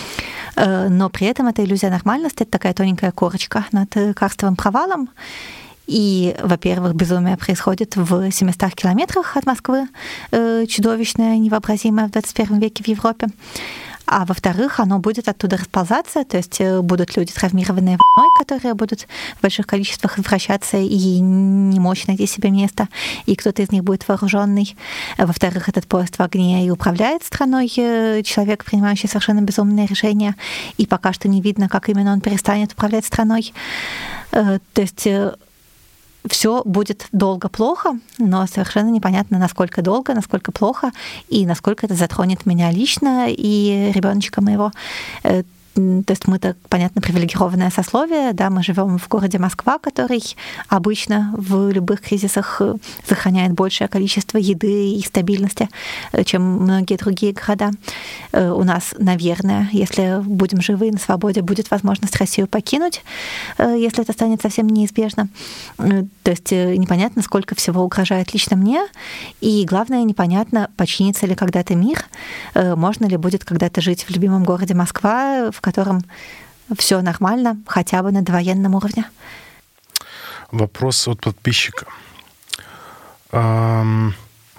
Но при этом эта иллюзия нормальности — это такая тоненькая корочка над карстовым провалом. И, во-первых, безумие происходит в семистах километрах от Москвы, чудовищное, невообразимое в двадцать первом веке в Европе. А во-вторых, оно будет оттуда расползаться, то есть будут люди, травмированные войной, которые будут в больших количествах возвращаться и не мочь найти себе место, и кто-то из них будет вооруженный. Во-вторых, этот поезд в огне и управляет страной человек, принимающий совершенно безумные решения, и пока что не видно, как именно он перестанет управлять страной. То есть все будет долго плохо, но совершенно непонятно, насколько долго, насколько плохо, и насколько это затронет меня лично и ребеночка моего. То есть мы-то, понятно, привилегированное сословие, да, мы живем в городе Москва, который обычно в любых кризисах сохраняет большее количество еды и стабильности, чем многие другие города. У нас, наверное, если будем живы и на свободе, будет возможность Россию покинуть, если это станет совсем неизбежно. То есть непонятно, сколько всего угрожает лично мне, и главное, непонятно, починится ли когда-то мир, можно ли будет когда-то жить в любимом городе Москва, в котором все нормально, хотя бы на довоенном уровне. Вопрос от подписчика. Эм,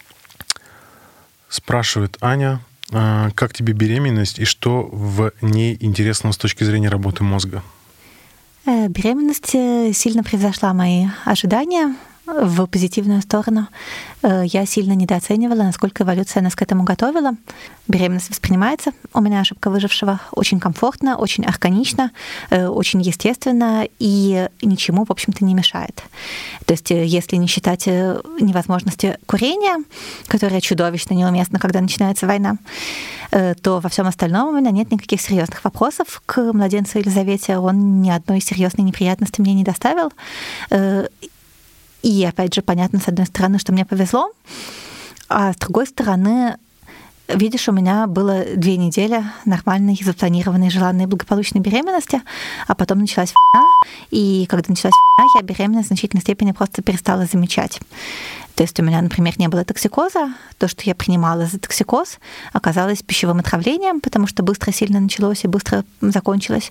спрашивает Аня, э, как тебе беременность и что в ней интересного с точки зрения работы мозга? Э, беременность сильно превзошла мои ожидания в позитивную сторону. Я сильно недооценивала, насколько эволюция нас к этому готовила. Беременность воспринимается у меня, ошибка выжившего, очень комфортно, очень органично, очень естественно и ничему, в общем-то, не мешает. То есть если не считать невозможности курения, которое чудовищно неуместно, когда начинается война, то во всем остальном у меня нет никаких серьезных вопросов к младенцу Елизавете. Он ни одной серьезной неприятности мне не доставил. И, опять же, понятно, с одной стороны, что мне повезло, а с другой стороны, видишь, у меня было две недели нормальной, запланированной, желанной, благополучной беременности, а потом началась фигня, и когда началась фигня, я беременность в значительной степени просто перестала замечать. То есть у меня, например, не было токсикоза. То, что я принимала за токсикоз, оказалось пищевым отравлением, потому что быстро сильно началось и быстро закончилось.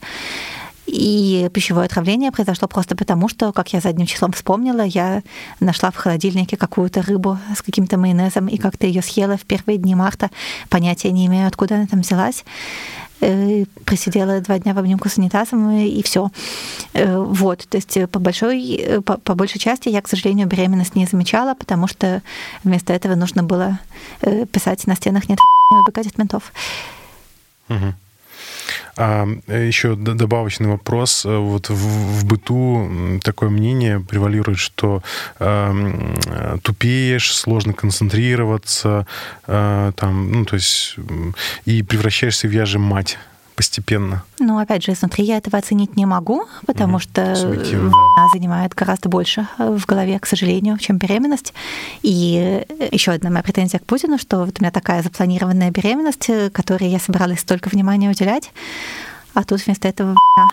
И пищевое отравление произошло просто потому, что, как я задним числом вспомнила, я нашла в холодильнике какую-то рыбу с каким-то майонезом и как-то ее съела в первые дни марта. Понятия не имею, откуда она там взялась. Просидела два дня в обнимку с унитазом, и все. Вот, то есть по большой, по, по большей части я, к сожалению, беременность не замечала, потому что вместо этого нужно было писать на стенах «нет и убегать от ментов». Угу. А еще добавочный вопрос. Вот в, в быту такое мнение превалирует, что э, тупеешь, сложно концентрироваться, э, там, ну, то есть и превращаешься в я же мать постепенно. Ну, опять же, изнутри я этого оценить не могу, потому mm-hmm. что Субъективно. Она занимает гораздо больше в голове, к сожалению, чем беременность. И еще одна моя претензия к Путину, что вот у меня такая запланированная беременность, которой я собиралась столько внимания уделять, а тут вместо этого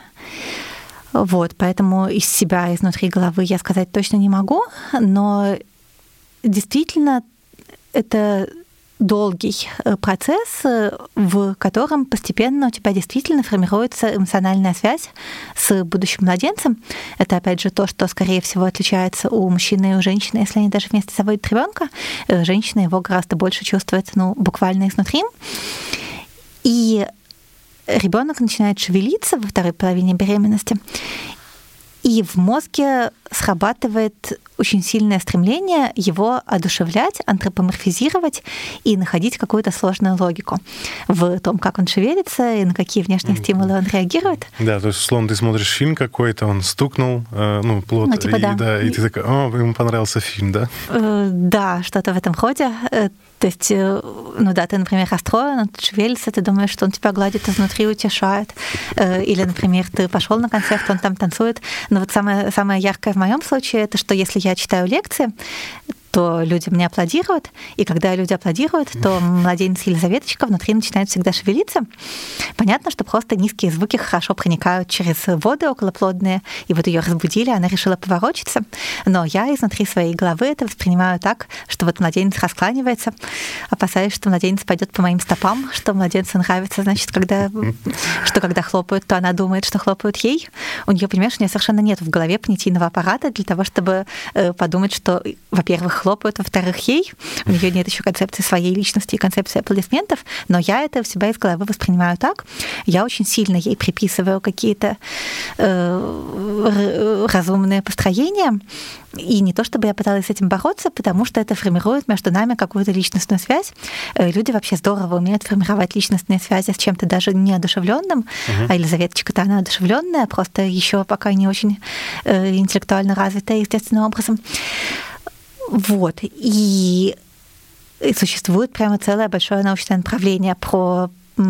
вот, поэтому из себя, изнутри головы я сказать точно не могу, но действительно это долгий процесс, в котором постепенно у тебя действительно формируется эмоциональная связь с будущим младенцем. Это, опять же, то, что, скорее всего, отличается у мужчины и у женщины, если они даже вместе заводят ребенка. Женщина его гораздо больше чувствует, ну, буквально изнутри. И ребенок начинает шевелиться во второй половине беременности, и в мозге срабатывает очень сильное стремление его одушевлять, антропоморфизировать и находить какую-то сложную логику в том, как он шевелится и на какие внешние стимулы он реагирует. Да, то есть, условно, ты смотришь фильм какой-то, он стукнул, э, ну, плот, ну, типа, и, да. Да, и ты такой, о, ему понравился фильм, да? Э, да, что-то в этом роде. То есть, ну да, ты, например, расстроен, он шевелится, ты думаешь, что он тебя гладит изнутри, утешает. Или, например, ты пошел на концерт, он там танцует. Но вот самое, самое яркое в моем случае, это что если я читаю лекции, то люди мне аплодируют, и когда люди аплодируют, то младенец Елизаветочка внутри начинает всегда шевелиться. Понятно, что просто низкие звуки хорошо проникают через воды околоплодные, и вот ее разбудили, она решила поворочиться, но я изнутри своей головы это воспринимаю так, что вот младенец раскланивается, опасаясь, что младенец пойдет по моим стопам, что младенцу нравится, значит, когда, что когда хлопают, то она думает, что хлопают ей. У нее, понимаешь, у нее совершенно нет в голове понятийного аппарата для того, чтобы подумать, что, во-первых, хлопают, во-вторых, ей. У нее нет еще концепции своей личности и концепции аплодисментов, но я это в себя из головы воспринимаю так. Я очень сильно ей приписываю какие-то э, разумные построения, и не то чтобы я пыталась с этим бороться, потому что это формирует между нами какую-то личностную связь. Люди вообще здорово умеют формировать личностные связи с чем-то даже неодушевленным, uh-huh. а Елизаветочка-то она одушевленная, просто еще пока не очень э, интеллектуально развитая естественным образом. Вот. И существует прямо целое большое научное направление про,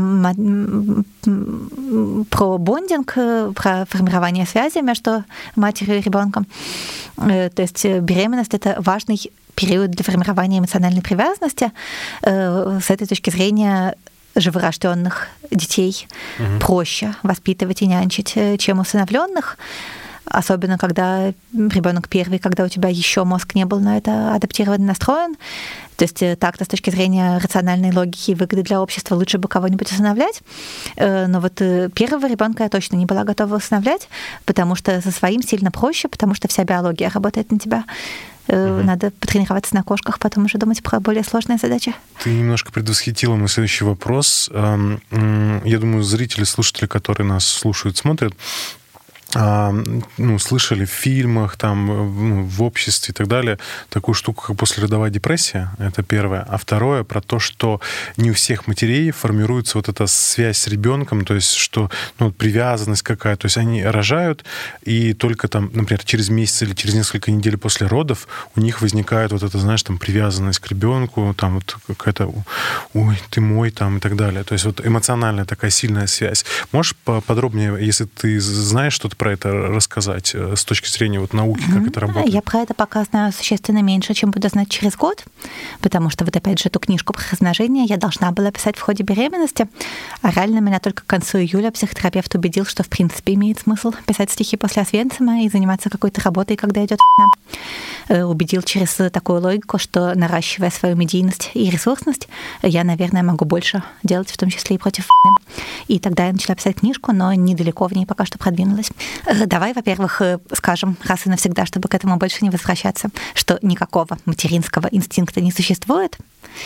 про бондинг, про формирование связи между матерью и ребенком. То есть беременность — это важный период для формирования эмоциональной привязанности. С этой точки зрения живорожденных детей угу. проще воспитывать и нянчить, чем усыновленных. Особенно когда ребенок первый, когда у тебя еще мозг не был на это адаптирован, настроен. То есть так-то с точки зрения рациональной логики и выгоды для общества лучше бы кого-нибудь усыновлять. Но вот первого ребенка я точно не была готова усыновлять, потому что со своим сильно проще, потому что вся биология работает на тебя. Mm-hmm. Надо потренироваться на кошках, потом уже думать про более сложные задачи. Ты немножко предвосхитила мой следующий вопрос. Я думаю, зрители, слушатели, которые нас слушают, смотрят, ну, слышали в фильмах, там, ну, в обществе и так далее такую штуку, как послеродовая депрессия. Это первое. А второе про то, что не у всех матерей формируется вот эта связь с ребенком, то есть что, ну, привязанность какая-то. То есть они рожают, и только там, например, через месяц или через несколько недель после родов у них возникает вот эта, знаешь, там, привязанность к ребенку, там вот какая-то «ой, ты мой», там, и так далее. То есть вот эмоциональная такая сильная связь. Можешь поподробнее, если ты знаешь что-то про это рассказать с точки зрения вот науки, как mm-hmm. это работает? Я про это пока знаю существенно меньше, чем буду знать через год, потому что вот опять же эту книжку про размножение я должна была писать в ходе беременности, а реально меня только к концу июля психотерапевт убедил, что в принципе имеет смысл писать стихи после Освенцима и заниматься какой-то работой, когда идет хуйня. Убедил через такую логику, что наращивая свою медийность и ресурсность, я, наверное, могу больше делать, в том числе и против хуйни. И тогда я начала писать книжку, но недалеко в ней пока что продвинулась. Давай, во-первых, скажем раз и навсегда, чтобы к этому больше не возвращаться, что никакого материнского инстинкта не существует.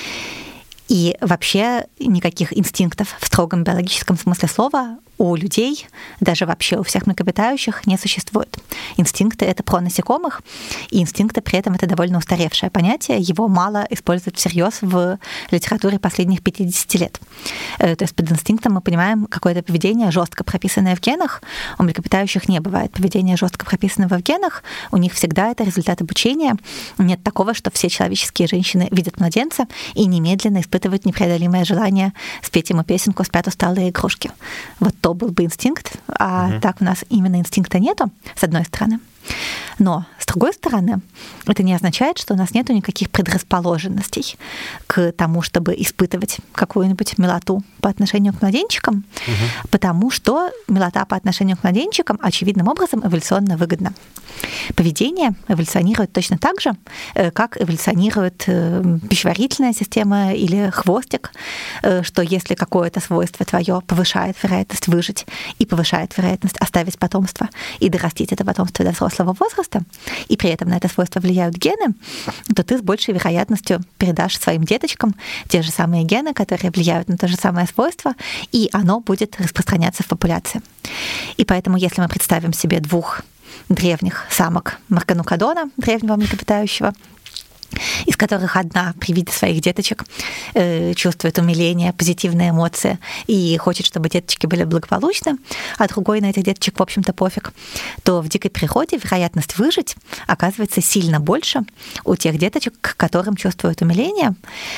И вообще никаких инстинктов в строгом биологическом смысле слова у людей, даже вообще у всех млекопитающих, не существует. Инстинкты — это про насекомых, и инстинкты при этом — это довольно устаревшее понятие, его мало используют всерьез в литературе последних пятидесяти лет. То есть под инстинктом мы понимаем какое-то поведение, жестко прописанное в генах. У млекопитающих не бывает поведения, жестко прописанного в генах, у них всегда это результат обучения. Нет такого, что все человеческие женщины видят младенца и немедленно испытывают непреодолимое желание спеть ему песенку «Спят усталые игрушки». Вот то был бы инстинкт, а угу. так у нас именно инстинкта нету, с одной стороны. Но, с другой стороны, это не означает, что у нас нету никаких предрасположенностей к тому, чтобы испытывать какую-нибудь милоту по отношению к младенчикам, угу. потому что милота по отношению к младенчикам очевидным образом эволюционно выгодна. Поведение эволюционирует точно так же, как эволюционирует пищеварительная система или хвостик, что если какое-то свойство твое повышает вероятность выжить и повышает вероятность оставить потомство и дорастить это потомство до взрослого возраста, и при этом на это свойство влияют гены, то ты с большей вероятностью передашь своим деточкам те же самые гены, которые влияют на то же самое свойство, и оно будет распространяться в популяции. И поэтому, если мы представим себе двух древних самок Морганукадона, древнего млекопитающего, из которых одна при виде своих деточек э, чувствует умиление, позитивные эмоции и хочет, чтобы деточки были благополучны, а другой на этих деточек, в общем-то, пофиг, то в дикой природе вероятность выжить оказывается сильно больше у тех деточек, к которым чувствуют умиление.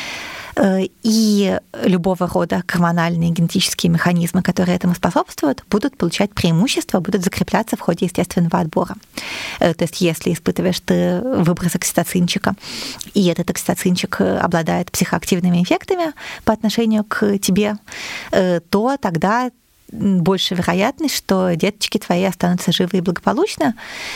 И любого рода гормональные генетические механизмы, которые этому способствуют, будут получать преимущество, будут закрепляться в ходе естественного отбора. То есть если испытываешь ты выброс окситоцинчика, и этот окситоцинчик обладает психоактивными эффектами по отношению к тебе, то тогда больше вероятность, что деточки твои останутся живы и благополучны.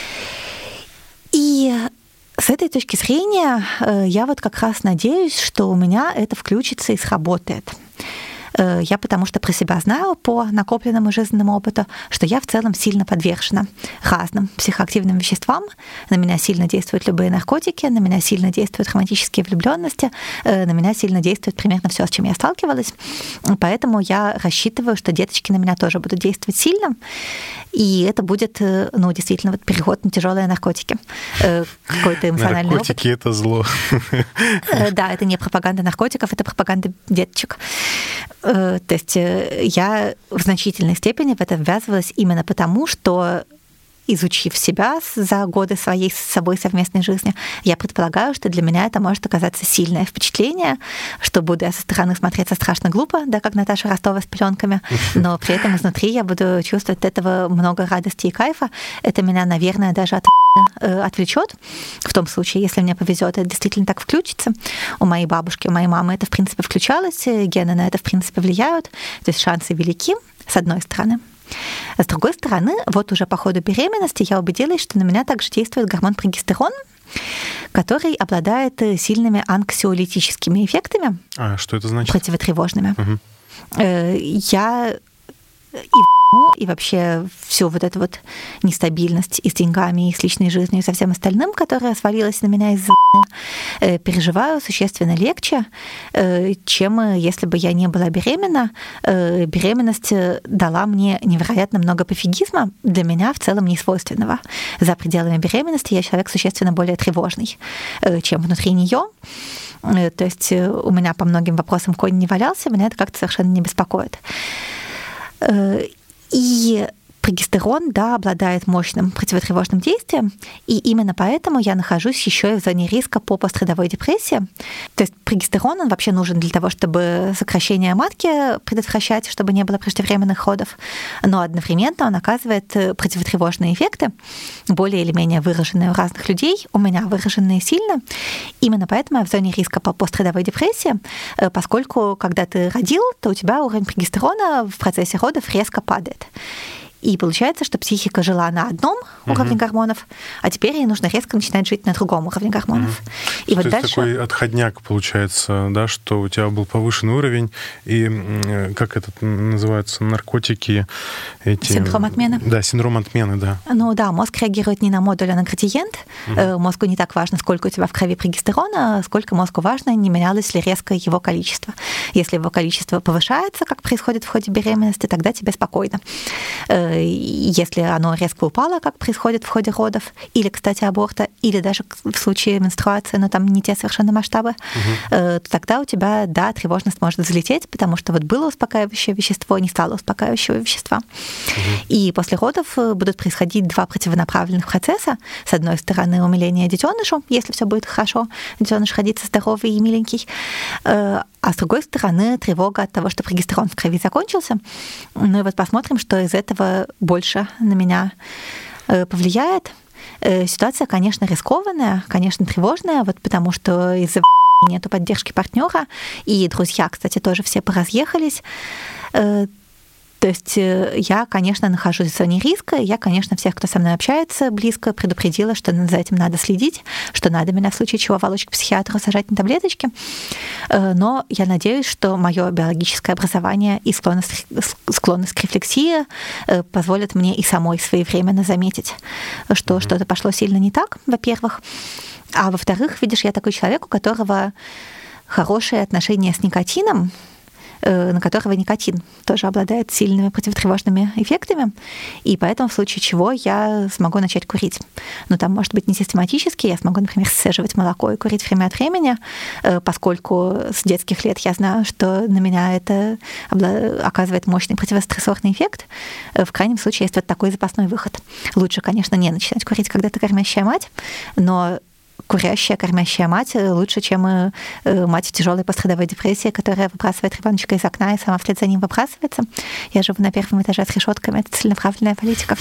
И с этой точки зрения я вот как раз надеюсь, что у меня это включится и сработает. Я потому что про себя знаю по накопленному жизненному опыту, что я в целом сильно подвержена разным психоактивным веществам. На меня сильно действуют любые наркотики, на меня сильно действуют романтические влюбленности, на меня сильно действует примерно все, с чем я сталкивалась. Поэтому я рассчитываю, что деточки на меня тоже будут действовать сильно. И это будет, ну, действительно, вот переход на тяжелые наркотики. Какой-то эмоциональный наркотики опыт. Это зло. Да, это не пропаганда наркотиков, это пропаганда деточек. То есть я в значительной степени в это ввязывалась именно потому, что, изучив себя за годы своей с собой совместной жизни, я предполагаю, что для меня это может оказаться сильное впечатление, что буду я со стороны смотреться страшно глупо, да, как Наташа Ростова с пеленками, но при этом изнутри я буду чувствовать от этого много радости и кайфа. Это меня, наверное, даже от отвлечет, в том случае, если мне повезет, это действительно так включится. У моей бабушки, у моей мамы это, в принципе, включалось, гены на это, в принципе, влияют, то есть шансы велики, с одной стороны. С другой стороны, вот уже по ходу беременности я убедилась, что на меня также действует гормон прогестерон, который обладает сильными анксиолитическими эффектами. А что это значит? Противотревожными. Угу. Я и и вообще всю вот эту вот нестабильность и с деньгами, и с личной жизнью, и со всем остальным, которое свалилось на меня из-за э, переживаю существенно легче, э, чем если бы я не была беременна. Э, беременность дала мне невероятно много пофигизма, для меня в целом не свойственного. За пределами беременности я человек существенно более тревожный, э, чем внутри нее. Э, то есть у меня по многим вопросам конь не валялся, меня это как-то совершенно не беспокоит. Э, И Прогестерон, да, обладает мощным противотревожным действием, и именно поэтому я нахожусь еще и в зоне риска по пострадовой депрессии. То есть прогестерон, он вообще нужен для того, чтобы сокращение матки предотвращать, чтобы не было преждевременных родов, но одновременно он оказывает противотревожные эффекты, более или менее выраженные у разных людей, у меня выраженные сильно. Именно поэтому я в зоне риска по пострадовой депрессии, поскольку когда ты родил, то у тебя уровень прогестерона в процессе родов резко падает. И получается, что психика жила на одном uh-huh. уровне гормонов, а теперь ей нужно резко начинать жить на другом уровне гормонов. Uh-huh. И то вот есть дальше... такой отходняк получается, да, что у тебя был повышенный уровень, и как это называется, наркотики... Эти... Синдром отмены. Да, синдром отмены, да. Ну да, мозг реагирует не на модуль, а на градиент. Uh-huh. Мозгу не так важно, сколько у тебя в крови прогестерона, сколько мозгу важно, не менялось ли резко его количество. Если его количество повышается, как происходит в ходе беременности, тогда тебе спокойно. Если оно резко упало, как происходит в ходе родов, или, кстати, аборта, или даже в случае менструации, но там не те совершенно масштабы, угу. то тогда у тебя, да, тревожность может взлететь, потому что вот было успокаивающее вещество, не стало успокаивающего вещества. Угу. И после родов будут происходить два противонаправленных процесса. С одной стороны, умиление детенышу, если все будет хорошо, детеныш родится здоровый и миленький, а с другой стороны, тревога от того, что прогестерон в крови закончился. Ну и вот посмотрим, что из этого больше на меня повлияет. Ситуация, конечно, рискованная, конечно, тревожная, вот потому что из-за нету поддержки партнера, и друзья, кстати, тоже все поразъехались. То есть я, конечно, нахожусь в зоне риска, я, конечно, всех, кто со мной общается близко, предупредила, что за этим надо следить, что надо меня в случае чего волочь к психиатру, сажать на таблеточки. Но я надеюсь, что мое биологическое образование и склонность, склонность к рефлексии позволят мне и самой своевременно заметить, что mm-hmm. что-то пошло сильно не так, во-первых. А во-вторых, видишь, я такой человек, у которого хорошие отношения с никотином, на которого никотин тоже обладает сильными противотревожными эффектами, и поэтому в случае чего я смогу начать курить. Но там, может быть, не систематически, я смогу, например, сцеживать молоко и курить время от времени, поскольку с детских лет я знаю, что на меня это оказывает мощный противострессорный эффект. В крайнем случае есть вот такой запасной выход. Лучше, конечно, не начинать курить, когда ты кормящая мать, но курящая, кормящая мать лучше, чем мать в тяжелой пострадовой депрессии, которая выбрасывает ребеночка из окна и сама вслед за ним выбрасывается. Я живу на первом этаже с решетками. Это целенаправленная политика.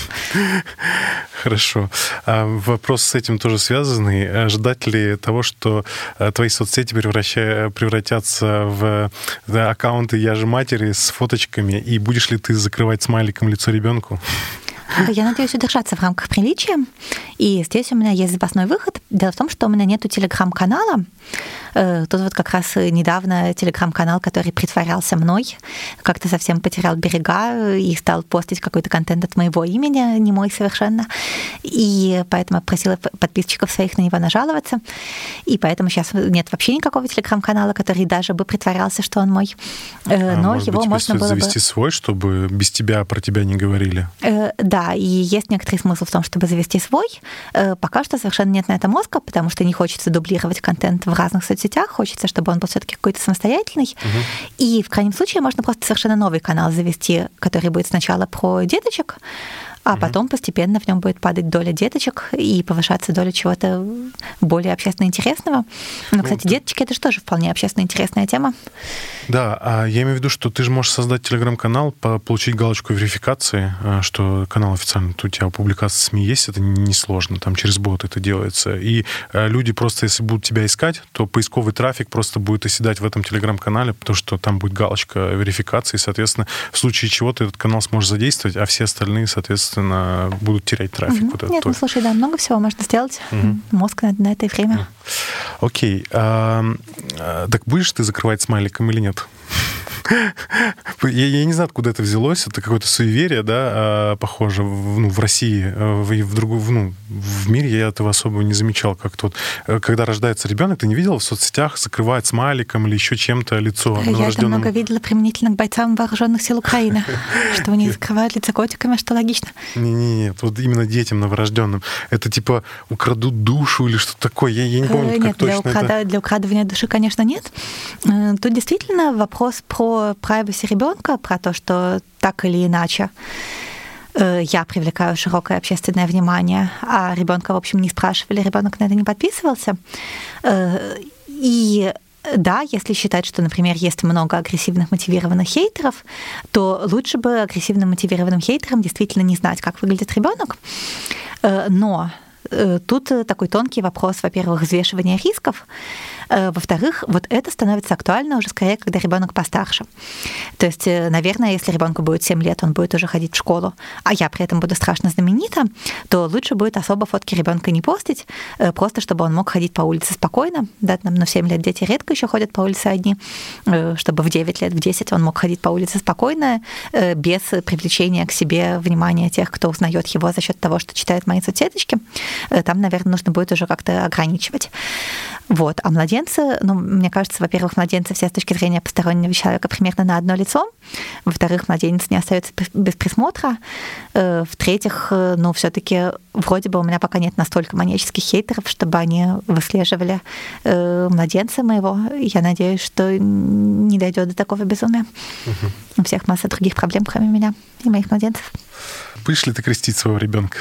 Хорошо. А вопрос с этим тоже связанный. Ожидать ли того, что твои соцсети превратятся в аккаунты «Я же матери» с фоточками, и будешь ли ты закрывать смайликом лицо ребенку? Я надеюсь удержаться в рамках приличия. И здесь у меня есть запасной выход. Дело в том, что у меня нету телеграм-канала. Тут вот как раз недавно телеграм-канал, который притворялся мной, как-то совсем потерял берега и стал постить какой-то контент от моего имени, не мой совершенно. И поэтому я просила подписчиков своих на него нажаловаться. И поэтому сейчас нет вообще никакого телеграм-канала, который даже бы притворялся, что он мой. А Но может его быть, можно было завести бы... свой, чтобы без тебя про тебя не говорили? Да, и есть некоторый смысл в том, чтобы завести свой. Пока что совершенно нет на это мозга, потому что не хочется дублировать контент в разных соцсетях, хочется, чтобы он был все-таки какой-то самостоятельный. Угу. И в крайнем случае можно просто совершенно новый канал завести, который будет сначала про деточек, а потом постепенно в нем будет падать доля деточек и повышаться доля чего-то более общественно интересного. Но, кстати, ну, деточки — это же тоже вполне общественно интересная тема. Да, а я имею в виду, что ты же можешь создать телеграм-канал, получить галочку верификации, что канал официально, у тебя публикация в СМИ есть, это несложно, там через бот это делается. И люди просто, если будут тебя искать, то поисковый трафик просто будет оседать в этом телеграм-канале, потому что там будет галочка верификации, и, соответственно, в случае чего ты этот канал сможешь задействовать, а все остальные, соответственно, будут терять трафик. Угу. Вот Нет, ну слушай, да, много всего можно сделать. Угу. Мозг надо на это и время. Окей. А, а, так будешь ты закрывать смайликом или нет? Я, я не знаю, откуда это взялось. Это какое-то суеверие, да, похоже, в, ну, в России, в, в, другу, в, ну, в мире я этого особо не замечал. Как-то вот, когда рождается ребенок, ты не видела в соцсетях, закрывает смайликом или еще чем-то лицо новорожденному? Я это много видела применительно к бойцам вооруженных сил Украины, что у них закрывают лицо котиками, что логично. Не-не-нет, вот именно детям новорожденным. Это типа украдут душу или что-то такое? Я, я не помню, как нет, точно для украда, это... для украдывания души, конечно, нет. Тут действительно вопрос про privacy ребенка, про то, что так или иначе я привлекаю широкое общественное внимание, а ребенка, в общем, не спрашивали, ребенок на это не подписывался. И да, если считать, что, например, есть много агрессивных мотивированных хейтеров, то лучше бы агрессивным мотивированным хейтерам действительно не знать, как выглядит ребенок. Но тут такой тонкий вопрос, во-первых, взвешивания рисков, во-вторых, вот это становится актуально уже скорее, когда ребенок постарше. То есть, наверное, если ребенку будет семь лет, он будет уже ходить в школу, а я при этом буду страшно знаменита, то лучше будет особо фотки ребенка не постить, просто чтобы он мог ходить по улице спокойно. Да, там, ну, в семь лет дети редко еще ходят по улице одни, чтобы в девять лет, в десять он мог ходить по улице спокойно, без привлечения к себе внимания тех, кто узнает его за счет того, что читает мои соцсеточки. Там, наверное, нужно будет уже как-то ограничивать. Вот. А младенцы, ну, мне кажется, во-первых, младенцы все с точки зрения постороннего человека примерно на одно лицо. Во-вторых, младенец не остается без присмотра. В-третьих, ну, все-таки вроде бы у меня пока нет настолько маньяческих хейтеров, чтобы они выслеживали младенца моего. Я надеюсь, что не дойдет до такого безумия. Угу. У всех масса других проблем, кроме меня и моих младенцев. Будешь ли ты крестить своего ребенка?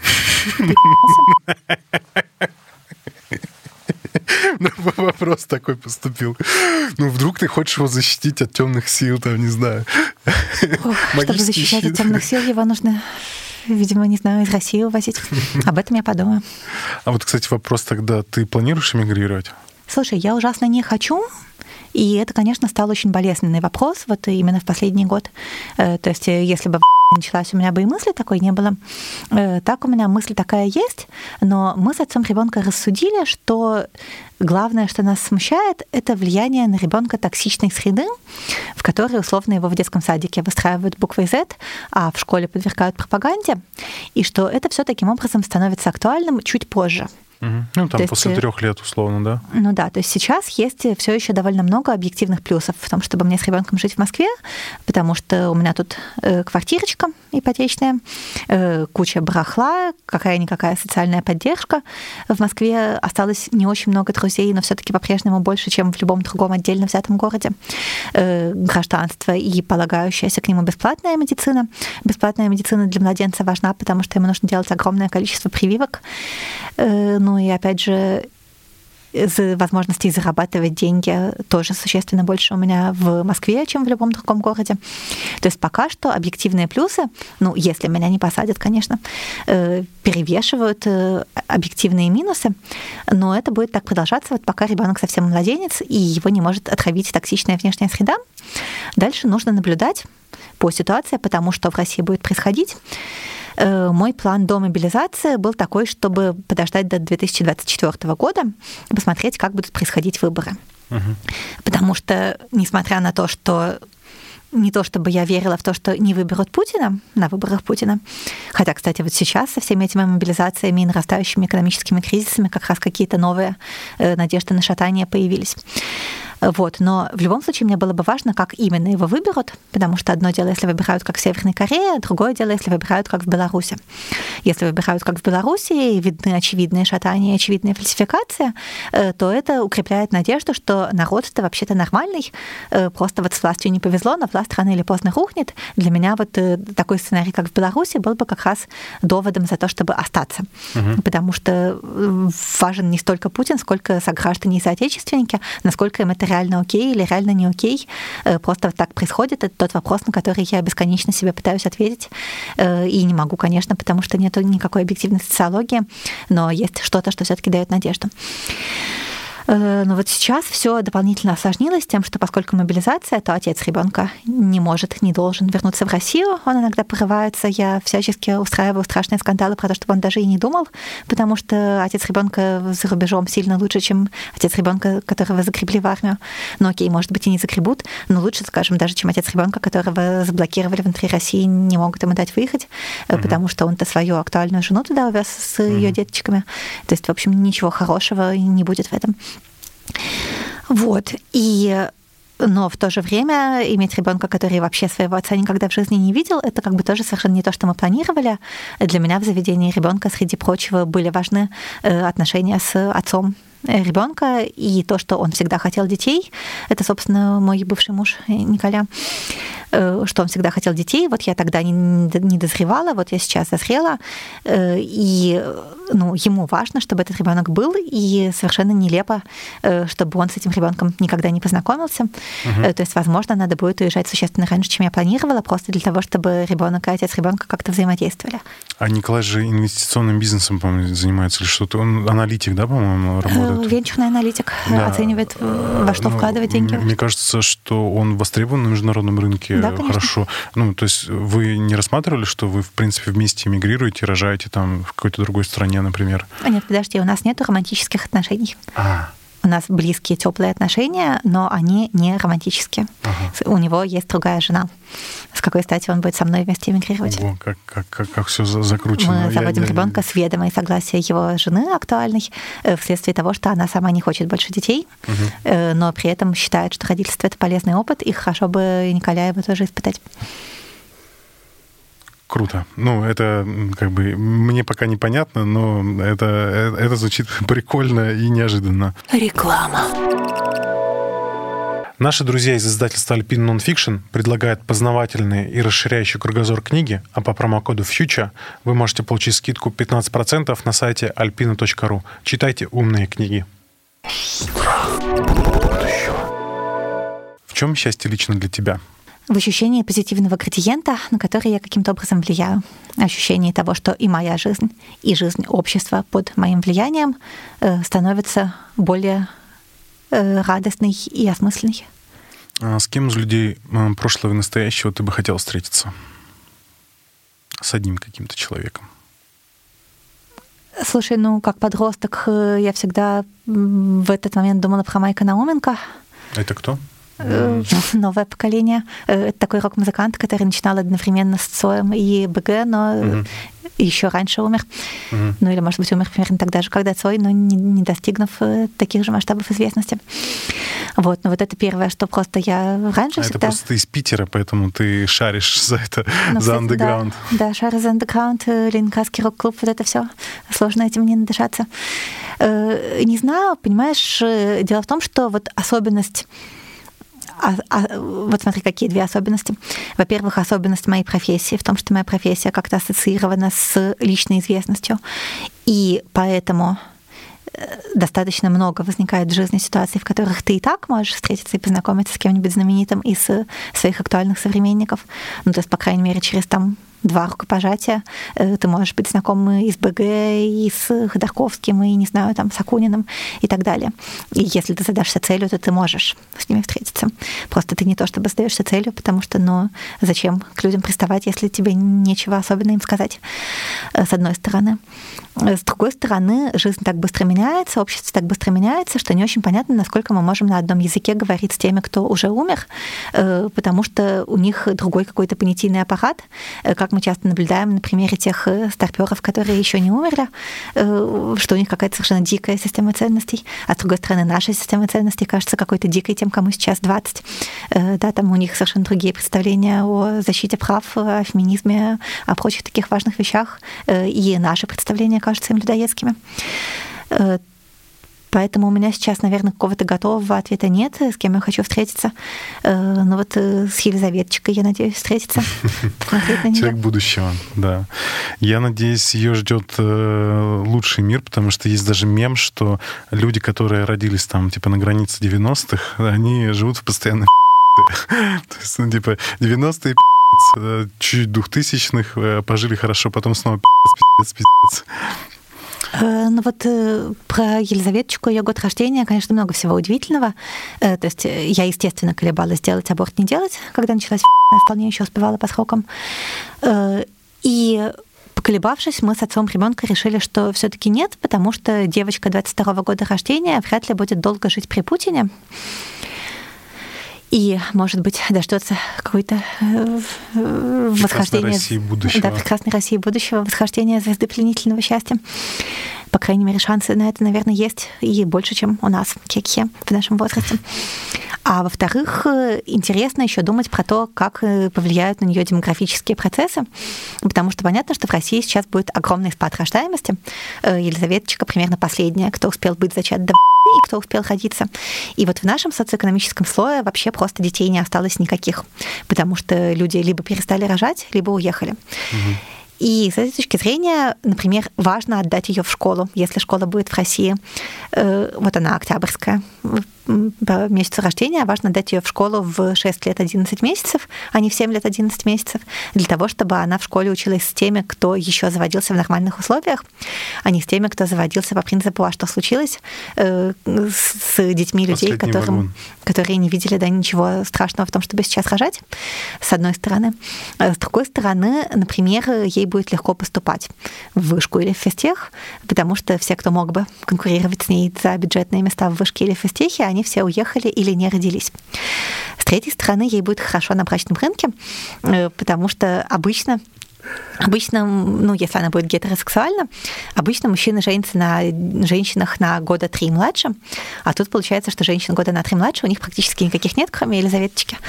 Ну, вопрос такой поступил. Ну, вдруг ты хочешь его защитить от темных сил, там, не знаю. Ох, чтобы защищать щит. От темных сил, его нужно, видимо, не знаю, из России увозить. Об этом я подумаю. А вот, кстати, вопрос тогда, ты планируешь эмигрировать? Слушай, я ужасно не хочу. И это, конечно, стал очень болезненный вопрос, вот именно в последний год. То есть, если бы началась, у меня бы и мысли такой не было. Так у меня мысль такая есть, но мы с отцом ребенка рассудили, что главное, что нас смущает, это влияние на ребенка токсичной среды, в которой условно его в детском садике выстраивают буквой Z, а в школе подвергают пропаганде, и что это все таким образом становится актуальным чуть позже. Угу. Ну, там то после есть, трех лет, условно, да? Ну да, то есть сейчас есть все еще довольно много объективных плюсов в том, чтобы мне с ребенком жить в Москве, потому что у меня тут э, квартирочка ипотечная, э, куча барахла, какая-никакая социальная поддержка. В Москве осталось не очень много друзей, но все-таки по-прежнему больше, чем в любом другом отдельно взятом городе. Э, гражданство и полагающаяся к нему бесплатная медицина. Бесплатная медицина для младенца важна, потому что ему нужно делать огромное количество прививок. Э, Ну и опять же, возможностей зарабатывать деньги тоже существенно больше у меня в Москве, чем в любом другом городе. То есть пока что объективные плюсы, ну, если меня не посадят, конечно, перевешивают объективные минусы, но это будет так продолжаться, вот пока ребенок совсем младенец, и его не может отравить токсичная внешняя среда. Дальше нужно наблюдать по ситуации, потому что в России будет происходить. Мой план до мобилизации был такой, чтобы подождать до две тысячи двадцать четвёртого года и посмотреть, как будут происходить выборы. Угу. Потому что, несмотря на то, что не то чтобы я верила в то, что не выберут Путина на выборах Путина, хотя, кстати, вот сейчас со всеми этими мобилизациями и нарастающими экономическими кризисами как раз какие-то новые надежды на шатание появились. Вот. Но в любом случае мне было бы важно, как именно его выберут, потому что одно дело, если выбирают как в Северной Корее, другое дело, если выбирают как в Беларуси. Если выбирают как в Беларуси, и видны очевидные шатания, очевидные фальсификации, то это укрепляет надежду, что народ-то вообще-то нормальный, просто вот с властью не повезло, но власть рано или поздно рухнет. Для меня вот такой сценарий, как в Беларуси, был бы как раз доводом за то, чтобы остаться. Угу. Потому что важен не столько Путин, сколько сограждане и соотечественники, насколько им это реально окей или реально не окей. Просто вот так происходит. Это тот вопрос, на который я бесконечно себе пытаюсь ответить. И не могу, конечно, потому что нет никакой объективной социологии, но есть что-то, что все-таки дает надежду. Но вот сейчас все дополнительно осложнилось тем, что поскольку мобилизация, то отец ребенка не может, не должен вернуться в Россию. Он иногда порывается. Я всячески устраиваю страшные скандалы про то, чтобы он даже и не думал, потому что отец ребенка за рубежом сильно лучше, чем отец ребенка, которого загребли в армию. Ну окей, может быть, и не загребут, но лучше, скажем, даже, чем отец ребенка, которого заблокировали внутри России, не могут ему дать выехать, mm-hmm. потому что он-то свою актуальную жену туда увез с mm-hmm. ее деточками. То есть, в общем, ничего хорошего не будет в этом. Вот. И, но в то же время иметь ребенка, который вообще своего отца никогда в жизни не видел, это как бы тоже совершенно не то, что мы планировали. Для меня в заведении ребенка, среди прочего, были важны отношения с отцом ребенка, и то, что он всегда хотел детей, это, собственно, мой бывший муж Николя, что он всегда хотел детей. Вот я тогда не, не дозревала, вот я сейчас дозрела, и ну, ему важно, чтобы этот ребенок был, и совершенно нелепо, чтобы он с этим ребенком никогда не познакомился. Угу. То есть, возможно, надо будет уезжать существенно раньше, чем я планировала, просто для того, чтобы ребенок и отец ребенка как-то взаимодействовали. А Николай же инвестиционным бизнесом, по-моему, занимается или что-то. Он аналитик, да, по-моему, работает? Венчурный аналитик, да. Оценивает, во что ну, вкладывать деньги. Мне кажется, что он востребован на международном рынке. Да, хорошо. Ну, то есть вы не рассматривали, что вы, в принципе, вместе эмигрируете, рожаете там в какой-то другой стране, например? А нет, подожди, у нас нет романтических отношений. А. У нас близкие, теплые отношения, но они не романтические. Ага. У него есть другая жена. С какой стати он будет со мной вместе эмигрировать? Ого, как, как, как, как все закручено. Мы заводим я, ребенка я... с ведома и согласия его жены актуальной, вследствие того, что она сама не хочет больше детей, угу. но при этом считает, что родительство — это полезный опыт, и хорошо бы Николя его тоже испытать. Круто. Ну, это как бы мне пока непонятно, но это, это звучит прикольно и неожиданно. Реклама. Наши друзья из издательства Alpine Nonfiction предлагают познавательные и расширяющие кругозор книги, а по промокоду FUTURE вы можете получить скидку пятнадцать процентов на сайте alpina точка ру. Читайте умные книги. В чем счастье лично для тебя? В ощущении позитивного градиента, на который я каким-то образом влияю. Ощущение того, что и моя жизнь, и жизнь общества под моим влиянием э, становится более э, радостной и осмысленной. А с кем из людей прошлого и настоящего ты бы хотел встретиться? С одним каким-то человеком. Слушай, ну, как подросток я всегда в этот момент думала про Майка Науменко. Это кто? Новое поколение. Это такой рок-музыкант, который начинал одновременно с Цоем и БГ, но uh-huh. еще раньше умер. Uh-huh. Ну или, может быть, умер примерно тогда же, когда Цой, но не, не достигнув таких же масштабов известности. Вот, но вот это первое, что просто я раньше а всегда... Это просто ты из Питера, поэтому ты шаришь за это, ну, за кстати, андеграунд. Да, да, шарю за андеграунд, Ленинградский рок-клуб, вот это все. Сложно этим не надышаться. Не знаю, понимаешь, дело в том, что вот особенность... А, а, вот смотри, какие две особенности. Во-первых, особенность моей профессии в том, что моя профессия как-то ассоциирована с личной известностью. И поэтому достаточно много возникает в жизни ситуаций, в которых ты и так можешь встретиться и познакомиться с кем-нибудь знаменитым из своих актуальных современников. Ну, то есть, по крайней мере, через там два рукопожатия ты можешь быть знаком и с БГ, и с Ходорковским, и, не знаю, там, с Акуниным и так далее. И если ты задашься целью, то ты можешь с ними встретиться. Просто ты не то чтобы задаешься целью, потому что, ну, зачем к людям приставать, если тебе нечего особенно им сказать, с одной стороны. С другой стороны, жизнь так быстро меняется, общество так быстро меняется, что не очень понятно, насколько мы можем на одном языке говорить с теми, кто уже умер, потому что у них другой какой-то понятийный аппарат, как мы часто наблюдаем на примере тех старпёров, которые еще не умерли, что у них какая-то совершенно дикая система ценностей, а с другой стороны, наша система ценностей кажется какой-то дикой тем, кому сейчас двадцать. Да, там у них совершенно другие представления о защите прав, о феминизме, о прочих таких важных вещах, и наши представления кажутся им людоедскими. Поэтому у меня сейчас, наверное, какого-то готового ответа нет, с кем я хочу встретиться. Но вот с Елизаветочкой, я надеюсь, встретиться. Человек будущего, да. Я надеюсь, ее ждет лучший мир, потому что есть даже мем, что люди, которые родились там, типа, на границе девяностых, они живут в постоянной то есть, ну, типа, девяностые чуть двухтысячных пожили хорошо, потом снова пиздец, пиздец. Ну вот про Елизаветочку, ее год рождения, конечно, много всего удивительного. То есть я, естественно, колебалась, делать аборт, не делать, когда началась я вполне еще успевала по срокам. И поколебавшись, мы с отцом ребенка решили, что все-таки нет, потому что девочка двадцать второго года рождения вряд ли будет долго жить при Путине. И, может быть, дождется какой-то э, восхождения... России будущего. Да, прекрасной России будущего, восхождения звезды пленительного счастья. По крайней мере, шансы на это, наверное, есть и больше, чем у нас, кекхе, в нашем возрасте. А во-вторых, интересно еще думать про то, как повлияют на нее демографические процессы, потому что понятно, что в России сейчас будет огромный спад рождаемости. Елизаветочка примерно последняя, кто успел быть зачат до и кто успел родиться. И вот в нашем социоэкономическом слое вообще просто детей не осталось никаких, потому что люди либо перестали рожать, либо уехали. Угу. И с этой точки зрения, например, важно отдать ее в школу, если школа будет в России. Вот она, Октябрьская, по месяцу рождения, важно дать ее в школу в шесть лет одиннадцать месяцев, а не в семь лет одиннадцать месяцев, для того, чтобы она в школе училась с теми, кто еще заводился в нормальных условиях, а не с теми, кто заводился по принципу, а что случилось с детьми людей, которым, которые не видели да, ничего страшного в том, чтобы сейчас рожать, с одной стороны. С другой стороны, например, ей будет легко поступать в вышку или в физтех, потому что все, кто мог бы конкурировать с ней за бюджетные места в вышке или в физтехе, они все уехали или не родились. С третьей стороны, ей будет хорошо на брачном рынке, потому что обычно Обычно, ну, если она будет гетеросексуальна, обычно мужчины женятся на женщинах на года три младше, а тут получается, что женщин года на три младше у них практически никаких нет, кроме Елизаветочки.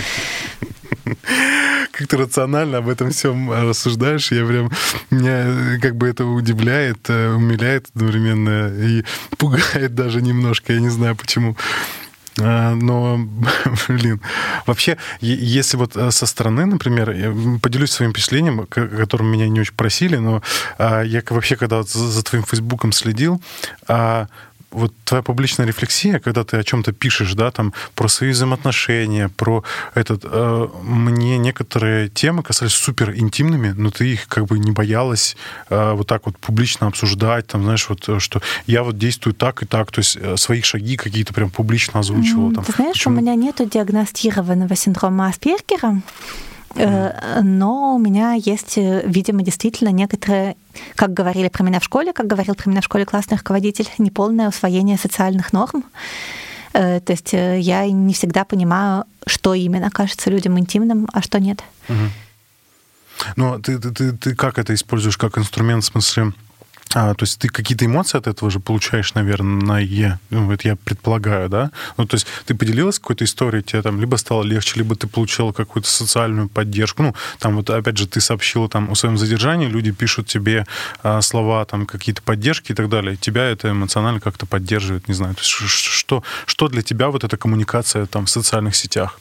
Как ты рационально об этом всем рассуждаешь, я прям, меня как бы это удивляет, умиляет одновременно и пугает даже немножко, я не знаю почему. Но, блин, вообще, если вот со стороны, например, я поделюсь своим впечатлением, которым меня не очень просили, но я вообще, когда за твоим Фейсбуком следил, вот твоя публичная рефлексия, когда ты о чем-то пишешь, да, там, про свои взаимоотношения, про этот... Э, мне некоторые темы казались супер интимными, но ты их как бы не боялась э, вот так вот публично обсуждать, там, знаешь, вот, что я вот действую так и так, то есть э, свои шаги какие-то прям публично озвучивала. Там. Ты знаешь, Почему? У меня нету диагностированного синдрома Аспергера, но у меня есть, видимо, действительно некоторые, как говорили про меня в школе, как говорил про меня в школе классный руководитель, неполное усвоение социальных норм. То есть я не всегда понимаю, что именно кажется людям интимным, а что нет. Угу. Ну, ты, ты, ты, ты как это используешь как инструмент, в смысле... А, то есть ты какие-то эмоции от этого же получаешь, наверное, ну, это я предполагаю, да? Ну, то есть ты поделилась какой-то историей, тебе там либо стало легче, либо ты получила какую-то социальную поддержку. Ну, там вот, опять же, ты сообщила там о своем задержании, люди пишут тебе а, слова, там, какие-то поддержки и так далее. Тебя это эмоционально как-то поддерживает, не знаю. То есть что, что для тебя вот эта коммуникация там в социальных сетях?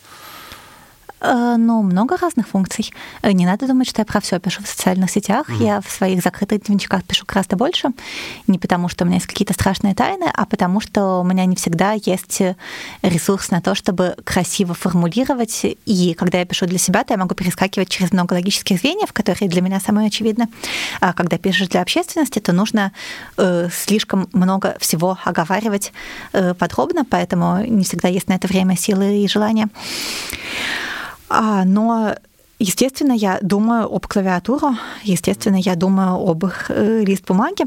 Ну, много разных функций. Не надо думать, что я про все пишу в социальных сетях. Mm-hmm. Я в своих закрытых дневничках пишу гораздо больше. Не потому, что у меня есть какие-то страшные тайны, а потому, что у меня не всегда есть ресурс на то, чтобы красиво формулировать. И когда я пишу для себя, то я могу перескакивать через много логических звеньев, которые для меня самые очевидны. А когда пишешь для общественности, то нужно э, слишком много всего оговаривать э, подробно, поэтому не всегда есть на это время, силы и желания. А, но, естественно, я думаю об клавиатуру, естественно, я думаю об э, лист бумаги.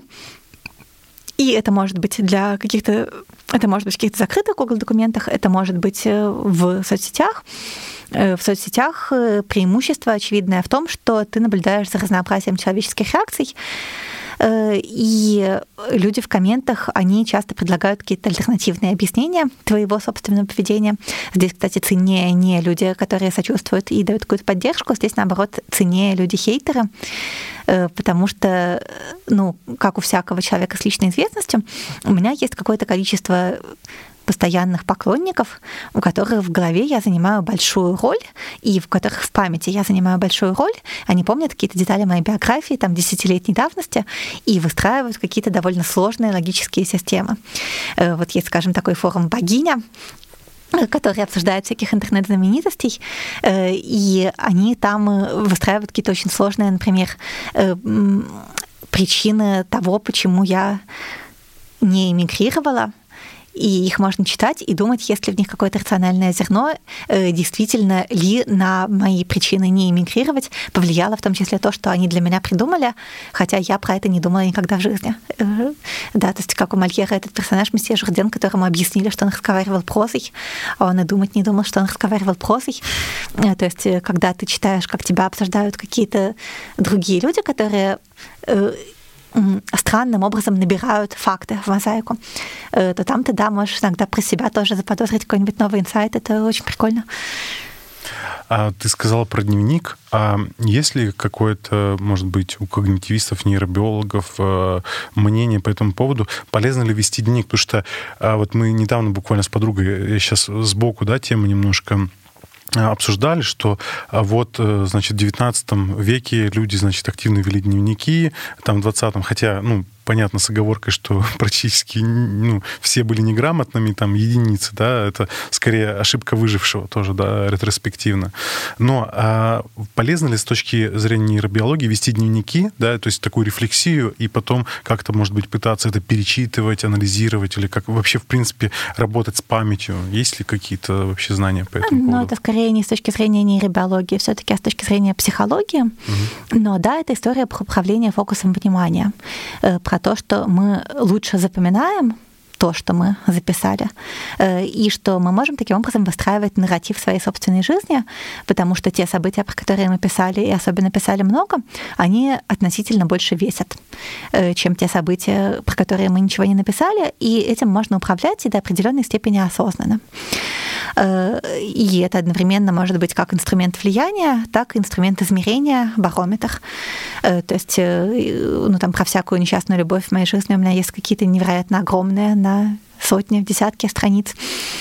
И это может быть для каких-то... Это может быть в каких-то закрытых Google документах, это может быть в соцсетях. В соцсетях преимущество очевидное в том, что ты наблюдаешь за разнообразием человеческих реакций, и люди в комментах, они часто предлагают какие-то альтернативные объяснения твоего собственного поведения. Здесь, кстати, ценнее не люди, которые сочувствуют и дают какую-то поддержку, здесь, наоборот, ценнее люди-хейтеры, потому что, ну, как у всякого человека с личной известностью, у меня есть какое-то количество постоянных поклонников, у которых в голове я занимаю большую роль, и в которых в памяти я занимаю большую роль. Они помнят какие-то детали моей биографии, там, десятилетней давности, и выстраивают какие-то довольно сложные логические системы. Вот есть, скажем, такой форум «Богиня», который обсуждает всяких интернет-знаменитостей, и они там выстраивают какие-то очень сложные, например, причины того, почему я не эмигрировала, и их можно читать и думать, есть ли в них какое-то рациональное зерно, действительно ли на мои причины не эмигрировать повлияло в том числе то, что они для меня придумали, хотя я про это не думала никогда в жизни. Да, то есть как у Мольера этот персонаж месье Журден, которому объяснили, что он разговаривал прозой, а он и думать не думал, что он разговаривал прозой. То есть когда ты читаешь, как тебя обсуждают какие-то другие люди, которые странным образом набирают факты в мозаику, то там ты, да, можешь иногда про себя тоже заподозрить какой-нибудь новый инсайт. Это очень прикольно. А ты сказала про дневник. А есть ли какое-то, может быть, у когнитивистов, нейробиологов мнение по этому поводу? Полезно ли вести дневник? Потому что вот мы недавно буквально с подругой, я сейчас сбоку, да, тему немножко обсуждали, что вот, значит, в девятнадцатом веке люди, значит, активно вели дневники, там в двадцатом, хотя, ну, понятно, с оговоркой, что практически ну, все были неграмотными, там, единицы, да, это скорее ошибка выжившего тоже, да, ретроспективно. Но а полезно ли с точки зрения нейробиологии вести дневники, да, то есть такую рефлексию, и потом как-то, может быть, пытаться это перечитывать, анализировать, или как вообще, в принципе, работать с памятью? Есть ли какие-то вообще знания по этому поводу? Ну, это скорее не с точки зрения нейробиологии, все-таки, а с точки зрения психологии. Угу. Но да, это история про управление фокусом внимания, про то, что мы лучше запоминаем то, что мы записали, и что мы можем таким образом выстраивать нарратив своей собственной жизни, потому что те события, про которые мы писали, и особенно писали много, они относительно больше весят, чем те события, про которые мы ничего не написали, и этим можно управлять и до определенной степени осознанно. И это одновременно может быть как инструмент влияния, так и инструмент измерения, барометр. То есть, ну, там, про всякую несчастную любовь в моей жизни у меня есть какие-то невероятно огромные, на сотни, десятки страниц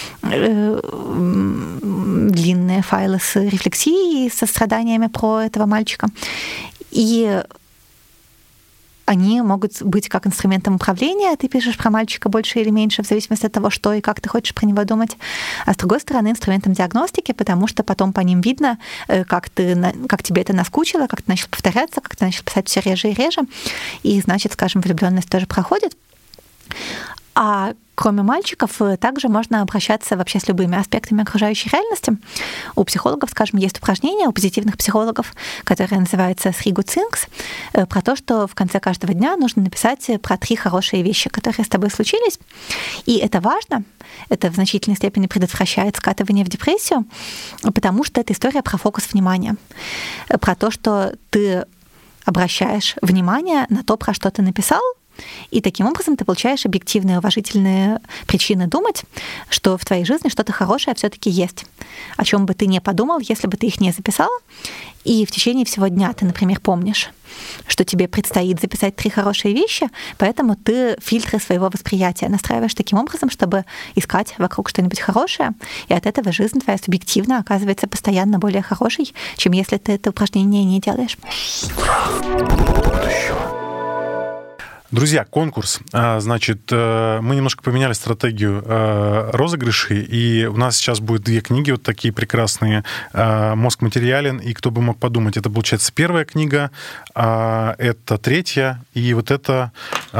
длинные файлы с рефлексией, со страданиями про этого мальчика. И они могут быть как инструментом управления. Ты пишешь про мальчика больше или меньше, в зависимости от того, что и как ты хочешь про него думать. А с другой стороны, инструментом диагностики, потому что потом по ним видно, как, ты, как тебе это наскучило, как ты начал повторяться, как ты начал писать все реже и реже. И, значит, скажем, влюбленность тоже проходит. А кроме мальчиков, также можно обращаться вообще с любыми аспектами окружающей реальности. У психологов, скажем, есть упражнение, у позитивных психологов, которое называется three good things, про то, что в конце каждого дня нужно написать про три хорошие вещи, которые с тобой случились. И это важно, это в значительной степени предотвращает скатывание в депрессию, потому что это история про фокус внимания, про то, что ты обращаешь внимание на то, про что ты написал, и таким образом ты получаешь объективные, уважительные причины думать, что в твоей жизни что-то хорошее все-таки есть, о чем бы ты не подумал, если бы ты их не записал. И в течение всего дня ты, например, помнишь, что тебе предстоит записать три хорошие вещи, поэтому ты фильтры своего восприятия настраиваешь таким образом, чтобы искать вокруг что-нибудь хорошее, и от этого жизнь твоя субъективно оказывается постоянно более хорошей, чем если ты это упражнение не делаешь. Друзья, конкурс. Значит, мы немножко поменяли стратегию розыгрышей, и у нас сейчас будет две книги вот такие прекрасные. «Мозг материален» и «Кто бы мог подумать». Это, получается, первая книга, это третья, и вот это...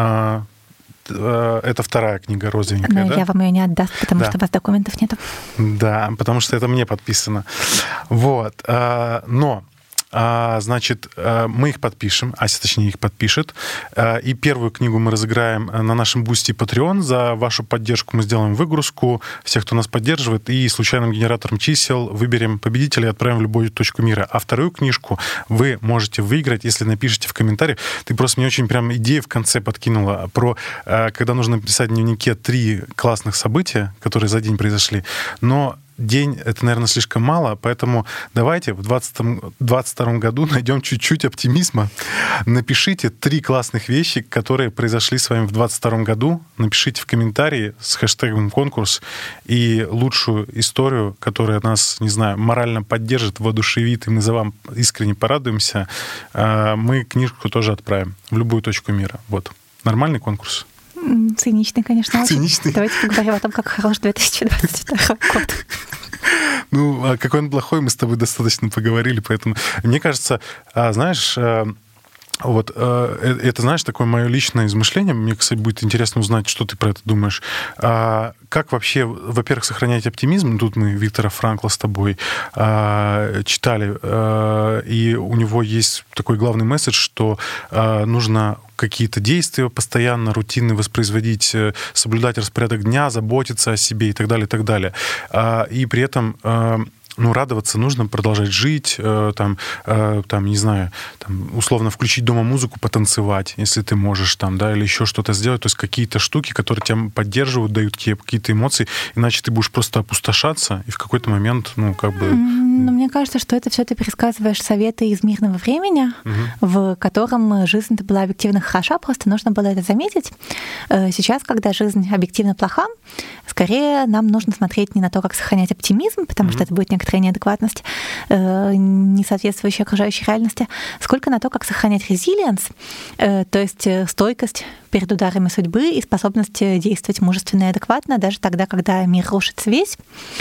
Это вторая книга розовенькая, Но да? я вам ее не отдаст, потому да. что у вас документов нету. Да, потому что это мне подписано. Вот. Но... А, значит, мы их подпишем, Ася, точнее, их подпишет. И первую книгу мы разыграем на нашем Бусти и Patreon. За вашу поддержку мы сделаем выгрузку всех, кто нас поддерживает, и случайным генератором чисел выберем победителя и отправим в любую точку мира. А вторую книжку вы можете выиграть, если напишите в комментариях. Ты просто мне очень прям идею в конце подкинула про, когда нужно написать в дневнике три классных события, которые за день произошли, но день — это, наверное, слишком мало, поэтому давайте в двадцать втором году найдем чуть-чуть оптимизма. Напишите три классных вещи, которые произошли с вами в двадцать втором году. Напишите в комментарии с хэштегом «конкурс» и лучшую историю, которая нас, не знаю, морально поддержит, воодушевит, и мы за вам искренне порадуемся. Мы книжку тоже отправим в любую точку мира. Вот. Нормальный конкурс? Циничный, конечно. Циничный. Давайте поговорим о том, как хорош две тысячи двадцать второй год. Ну, а какой он плохой, мы с тобой достаточно поговорили, поэтому, мне кажется, знаешь, вот это, знаешь, такое мое личное измышление. Мне, кстати, будет интересно узнать, что ты про это думаешь. Как вообще, во-первых, сохранять оптимизм? Тут мы Виктора Франкла с тобой читали, и у него есть такой главный месседж, что нужно какие-то действия постоянно, рутины воспроизводить, соблюдать распорядок дня, заботиться о себе и так далее, и так далее. И при этом ну, радоваться нужно, продолжать жить, э, там, э, там, не знаю, там, условно включить дома музыку, потанцевать, если ты можешь, там, да, или еще что-то сделать, то есть какие-то штуки, которые тебя поддерживают, дают тебе какие-то эмоции, иначе ты будешь просто опустошаться, и в какой-то момент, ну, как бы... Но мне кажется, что это все ты пересказываешь советы из мирного времени, угу. в котором жизнь-то была объективно хороша, просто нужно было это заметить. Сейчас, когда жизнь объективно плоха, скорее нам нужно смотреть не на то, как сохранять оптимизм, потому mm-hmm. что это будет некоторая неадекватность, э, не соответствующая окружающей реальности, сколько на то, как сохранять резилиенс, э, то есть стойкость перед ударами судьбы и способность действовать мужественно и адекватно, даже тогда, когда мир рушится весь.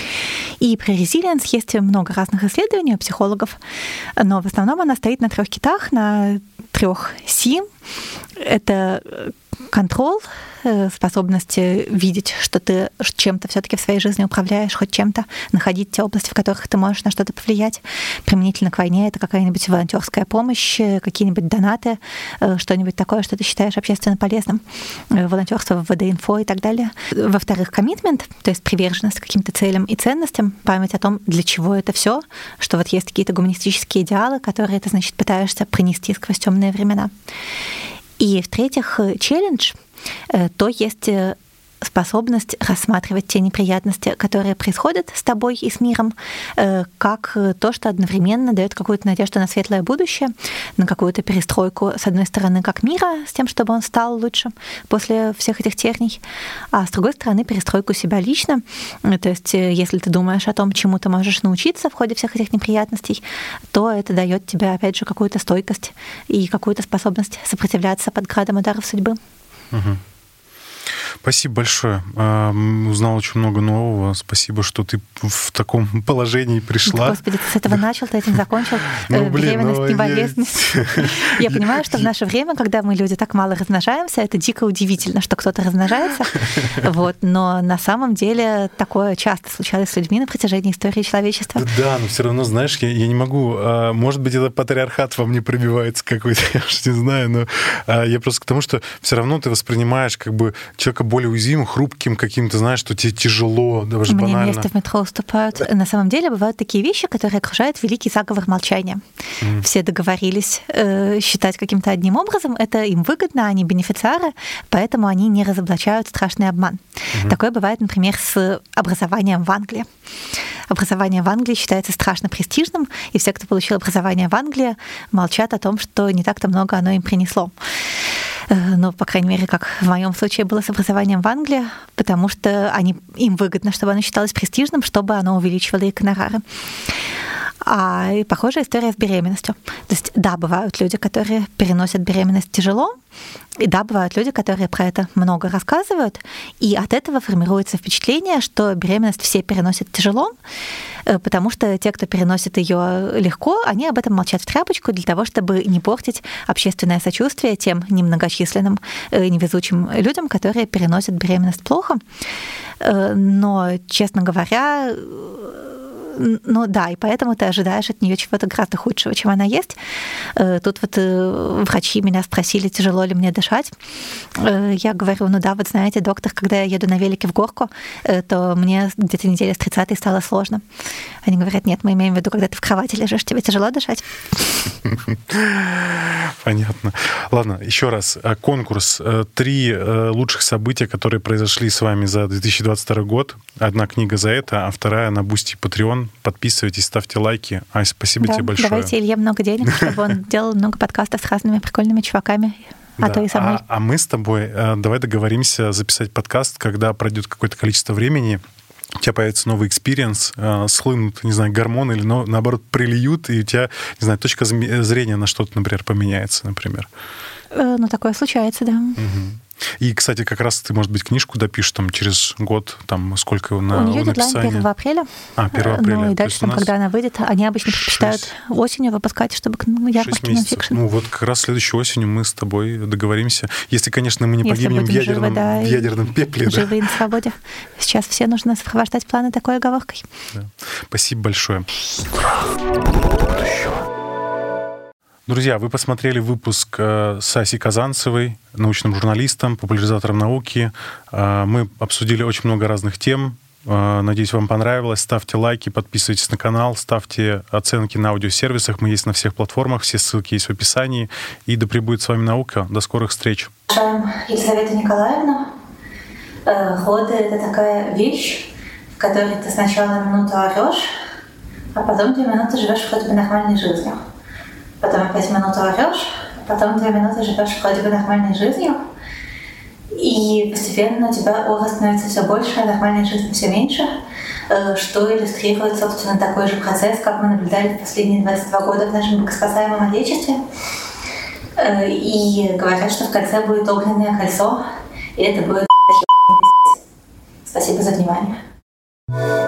И про резилиенс есть много разных исследований у психологов, но в основном она стоит на трех китах, на трех си. Это контроль, способность видеть, что ты чем-то все-таки в своей жизни управляешь, хоть чем-то, находить те области, в которых ты можешь на что-то повлиять. Применительно к войне это какая-нибудь волонтерская помощь, какие-нибудь донаты, что-нибудь такое, что ты считаешь общественно полезным, волонтерство в ВД-инфо и так далее. Во-вторых, коммитмент, то есть приверженность к каким-то целям и ценностям, память о том, для чего это все, что вот есть какие-то гуманистические идеалы, которые ты, значит, пытаешься пронести сквозь темные времена. И в-третьих, челлендж, то есть способность рассматривать те неприятности, которые происходят с тобой и с миром, как то, что одновременно дает какую-то надежду на светлое будущее, на какую-то перестройку, с одной стороны, как мира, с тем, чтобы он стал лучше после всех этих терний, а с другой стороны, перестройку себя лично. То есть, если ты думаешь о том, чему ты можешь научиться в ходе всех этих неприятностей, то это дает тебе, опять же, какую-то стойкость и какую-то способность сопротивляться под градом ударов судьбы. Угу. Спасибо большое. Узнал очень много нового. Спасибо, что ты в таком положении пришла. Господи, ты с этого начал, ты этим закончил. Ну, блин, беременность, ну, не болезненность. Я понимаю, что в наше время, когда мы люди так мало размножаемся, это дико удивительно, что кто-то размножается. Вот. Но на самом деле такое часто случалось с людьми на протяжении истории человечества. Да, но все равно, знаешь, я, я не могу. Может быть, это патриархат во мне пробивается какой-то, я уж не знаю, но я просто к тому, что все равно ты воспринимаешь как бы человека более уязвимым, хрупким каким-то, знаешь, что тебе тяжело, даже Мне банально. место в метро уступают. На самом деле бывают такие вещи, которые окружают великий заговор молчания. Mm. Все договорились э, считать каким-то одним образом, это им выгодно, они бенефициары, поэтому они не разоблачают страшный обман. Mm-hmm. Такое бывает, например, с образованием в Англии. Образование в Англии считается страшно престижным, и все, кто получил образование в Англии, молчат о том, что не так-то много оно им принесло. Ну, по крайней мере, как в моем случае было с образованием в Англии, потому что они, им выгодно, чтобы оно считалось престижным, чтобы оно увеличивало их гонорары. А похожая история с беременностью. То есть, да, бывают люди, которые переносят беременность тяжело, и да, бывают люди, которые про это много рассказывают, и от этого формируется впечатление, что беременность все переносят тяжело, потому что те, кто переносит ее легко, они об этом молчат в тряпочку для того, чтобы не портить общественное сочувствие тем немногочисленным, невезучим людям, которые переносят беременность плохо. Но, честно говоря, ну да, и поэтому ты ожидаешь от нее чего-то гораздо худшего, чем она есть. Тут вот врачи меня спросили, тяжело ли мне дышать. Я говорю, ну да, вот знаете, доктор, когда я еду на велике в горку, то мне где-то недели с тридцатой стало сложно. Они говорят, нет, мы имеем в виду, когда ты в кровати лежишь, тебе тяжело дышать. Понятно. Ладно, еще раз. Конкурс. Три лучших события, которые произошли с вами за две тысячи двадцать второй год. Одна книга за это, а вторая на Boosty и Patreon. Подписывайтесь, ставьте лайки. Ась, спасибо да, тебе большое. Давайте Илье много денег, чтобы он делал много подкастов с разными прикольными чуваками. А да. то и со мной. А, а мы с тобой давай договоримся записать подкаст, когда пройдет какое-то количество времени, у тебя появится новый экспириенс, схлынут, не знаю, гормоны или, наоборот, прильют, и у тебя, не знаю, точка зрения на что-то, например, поменяется, например. Ну, такое случается, да. Угу. И, кстати, как раз ты, может быть, книжку допишешь там через год, там сколько на написание. У нее дедлайн первого апреля. А, первого апреля. Ну и дальше, там, нас... когда она выйдет, они обычно предпочитают осенью выпускать, чтобы ну, ярмарки нонфикшн. Ну вот как раз следующей осенью мы с тобой договоримся. Если, конечно, мы не Если погибнем в ядерном, живы, да, в ядерном пепле. Живы да. на свободе. Сейчас все нужно сопровождать планы такой оговоркой. Да. Спасибо большое. Друзья, вы посмотрели выпуск с Асей Казанцевой, научным журналистом, популяризатором науки. Мы обсудили очень много разных тем. Надеюсь, вам понравилось. Ставьте лайки, подписывайтесь на канал, ставьте оценки на аудиосервисах. Мы есть на всех платформах, все ссылки есть в описании. И да пребудет с вами наука. До скорых встреч. Елизавета Николаевна, годы — это такая вещь, в которой ты сначала минуту орешь, а потом две минуты живешь вроде бы нормальной жизнью. Потом опять минуту орешь, а потом две минуты живешь вроде бы нормальной жизнью. И постепенно у тебя ора становится все больше, а нормальной жизни все меньше, что иллюстрирует, собственно, такой же процесс, как мы наблюдали в последние двадцать два года в нашем богоспасаемом Отечестве. И говорят, что в конце будет огненное кольцо, и это будет... Спасибо за внимание.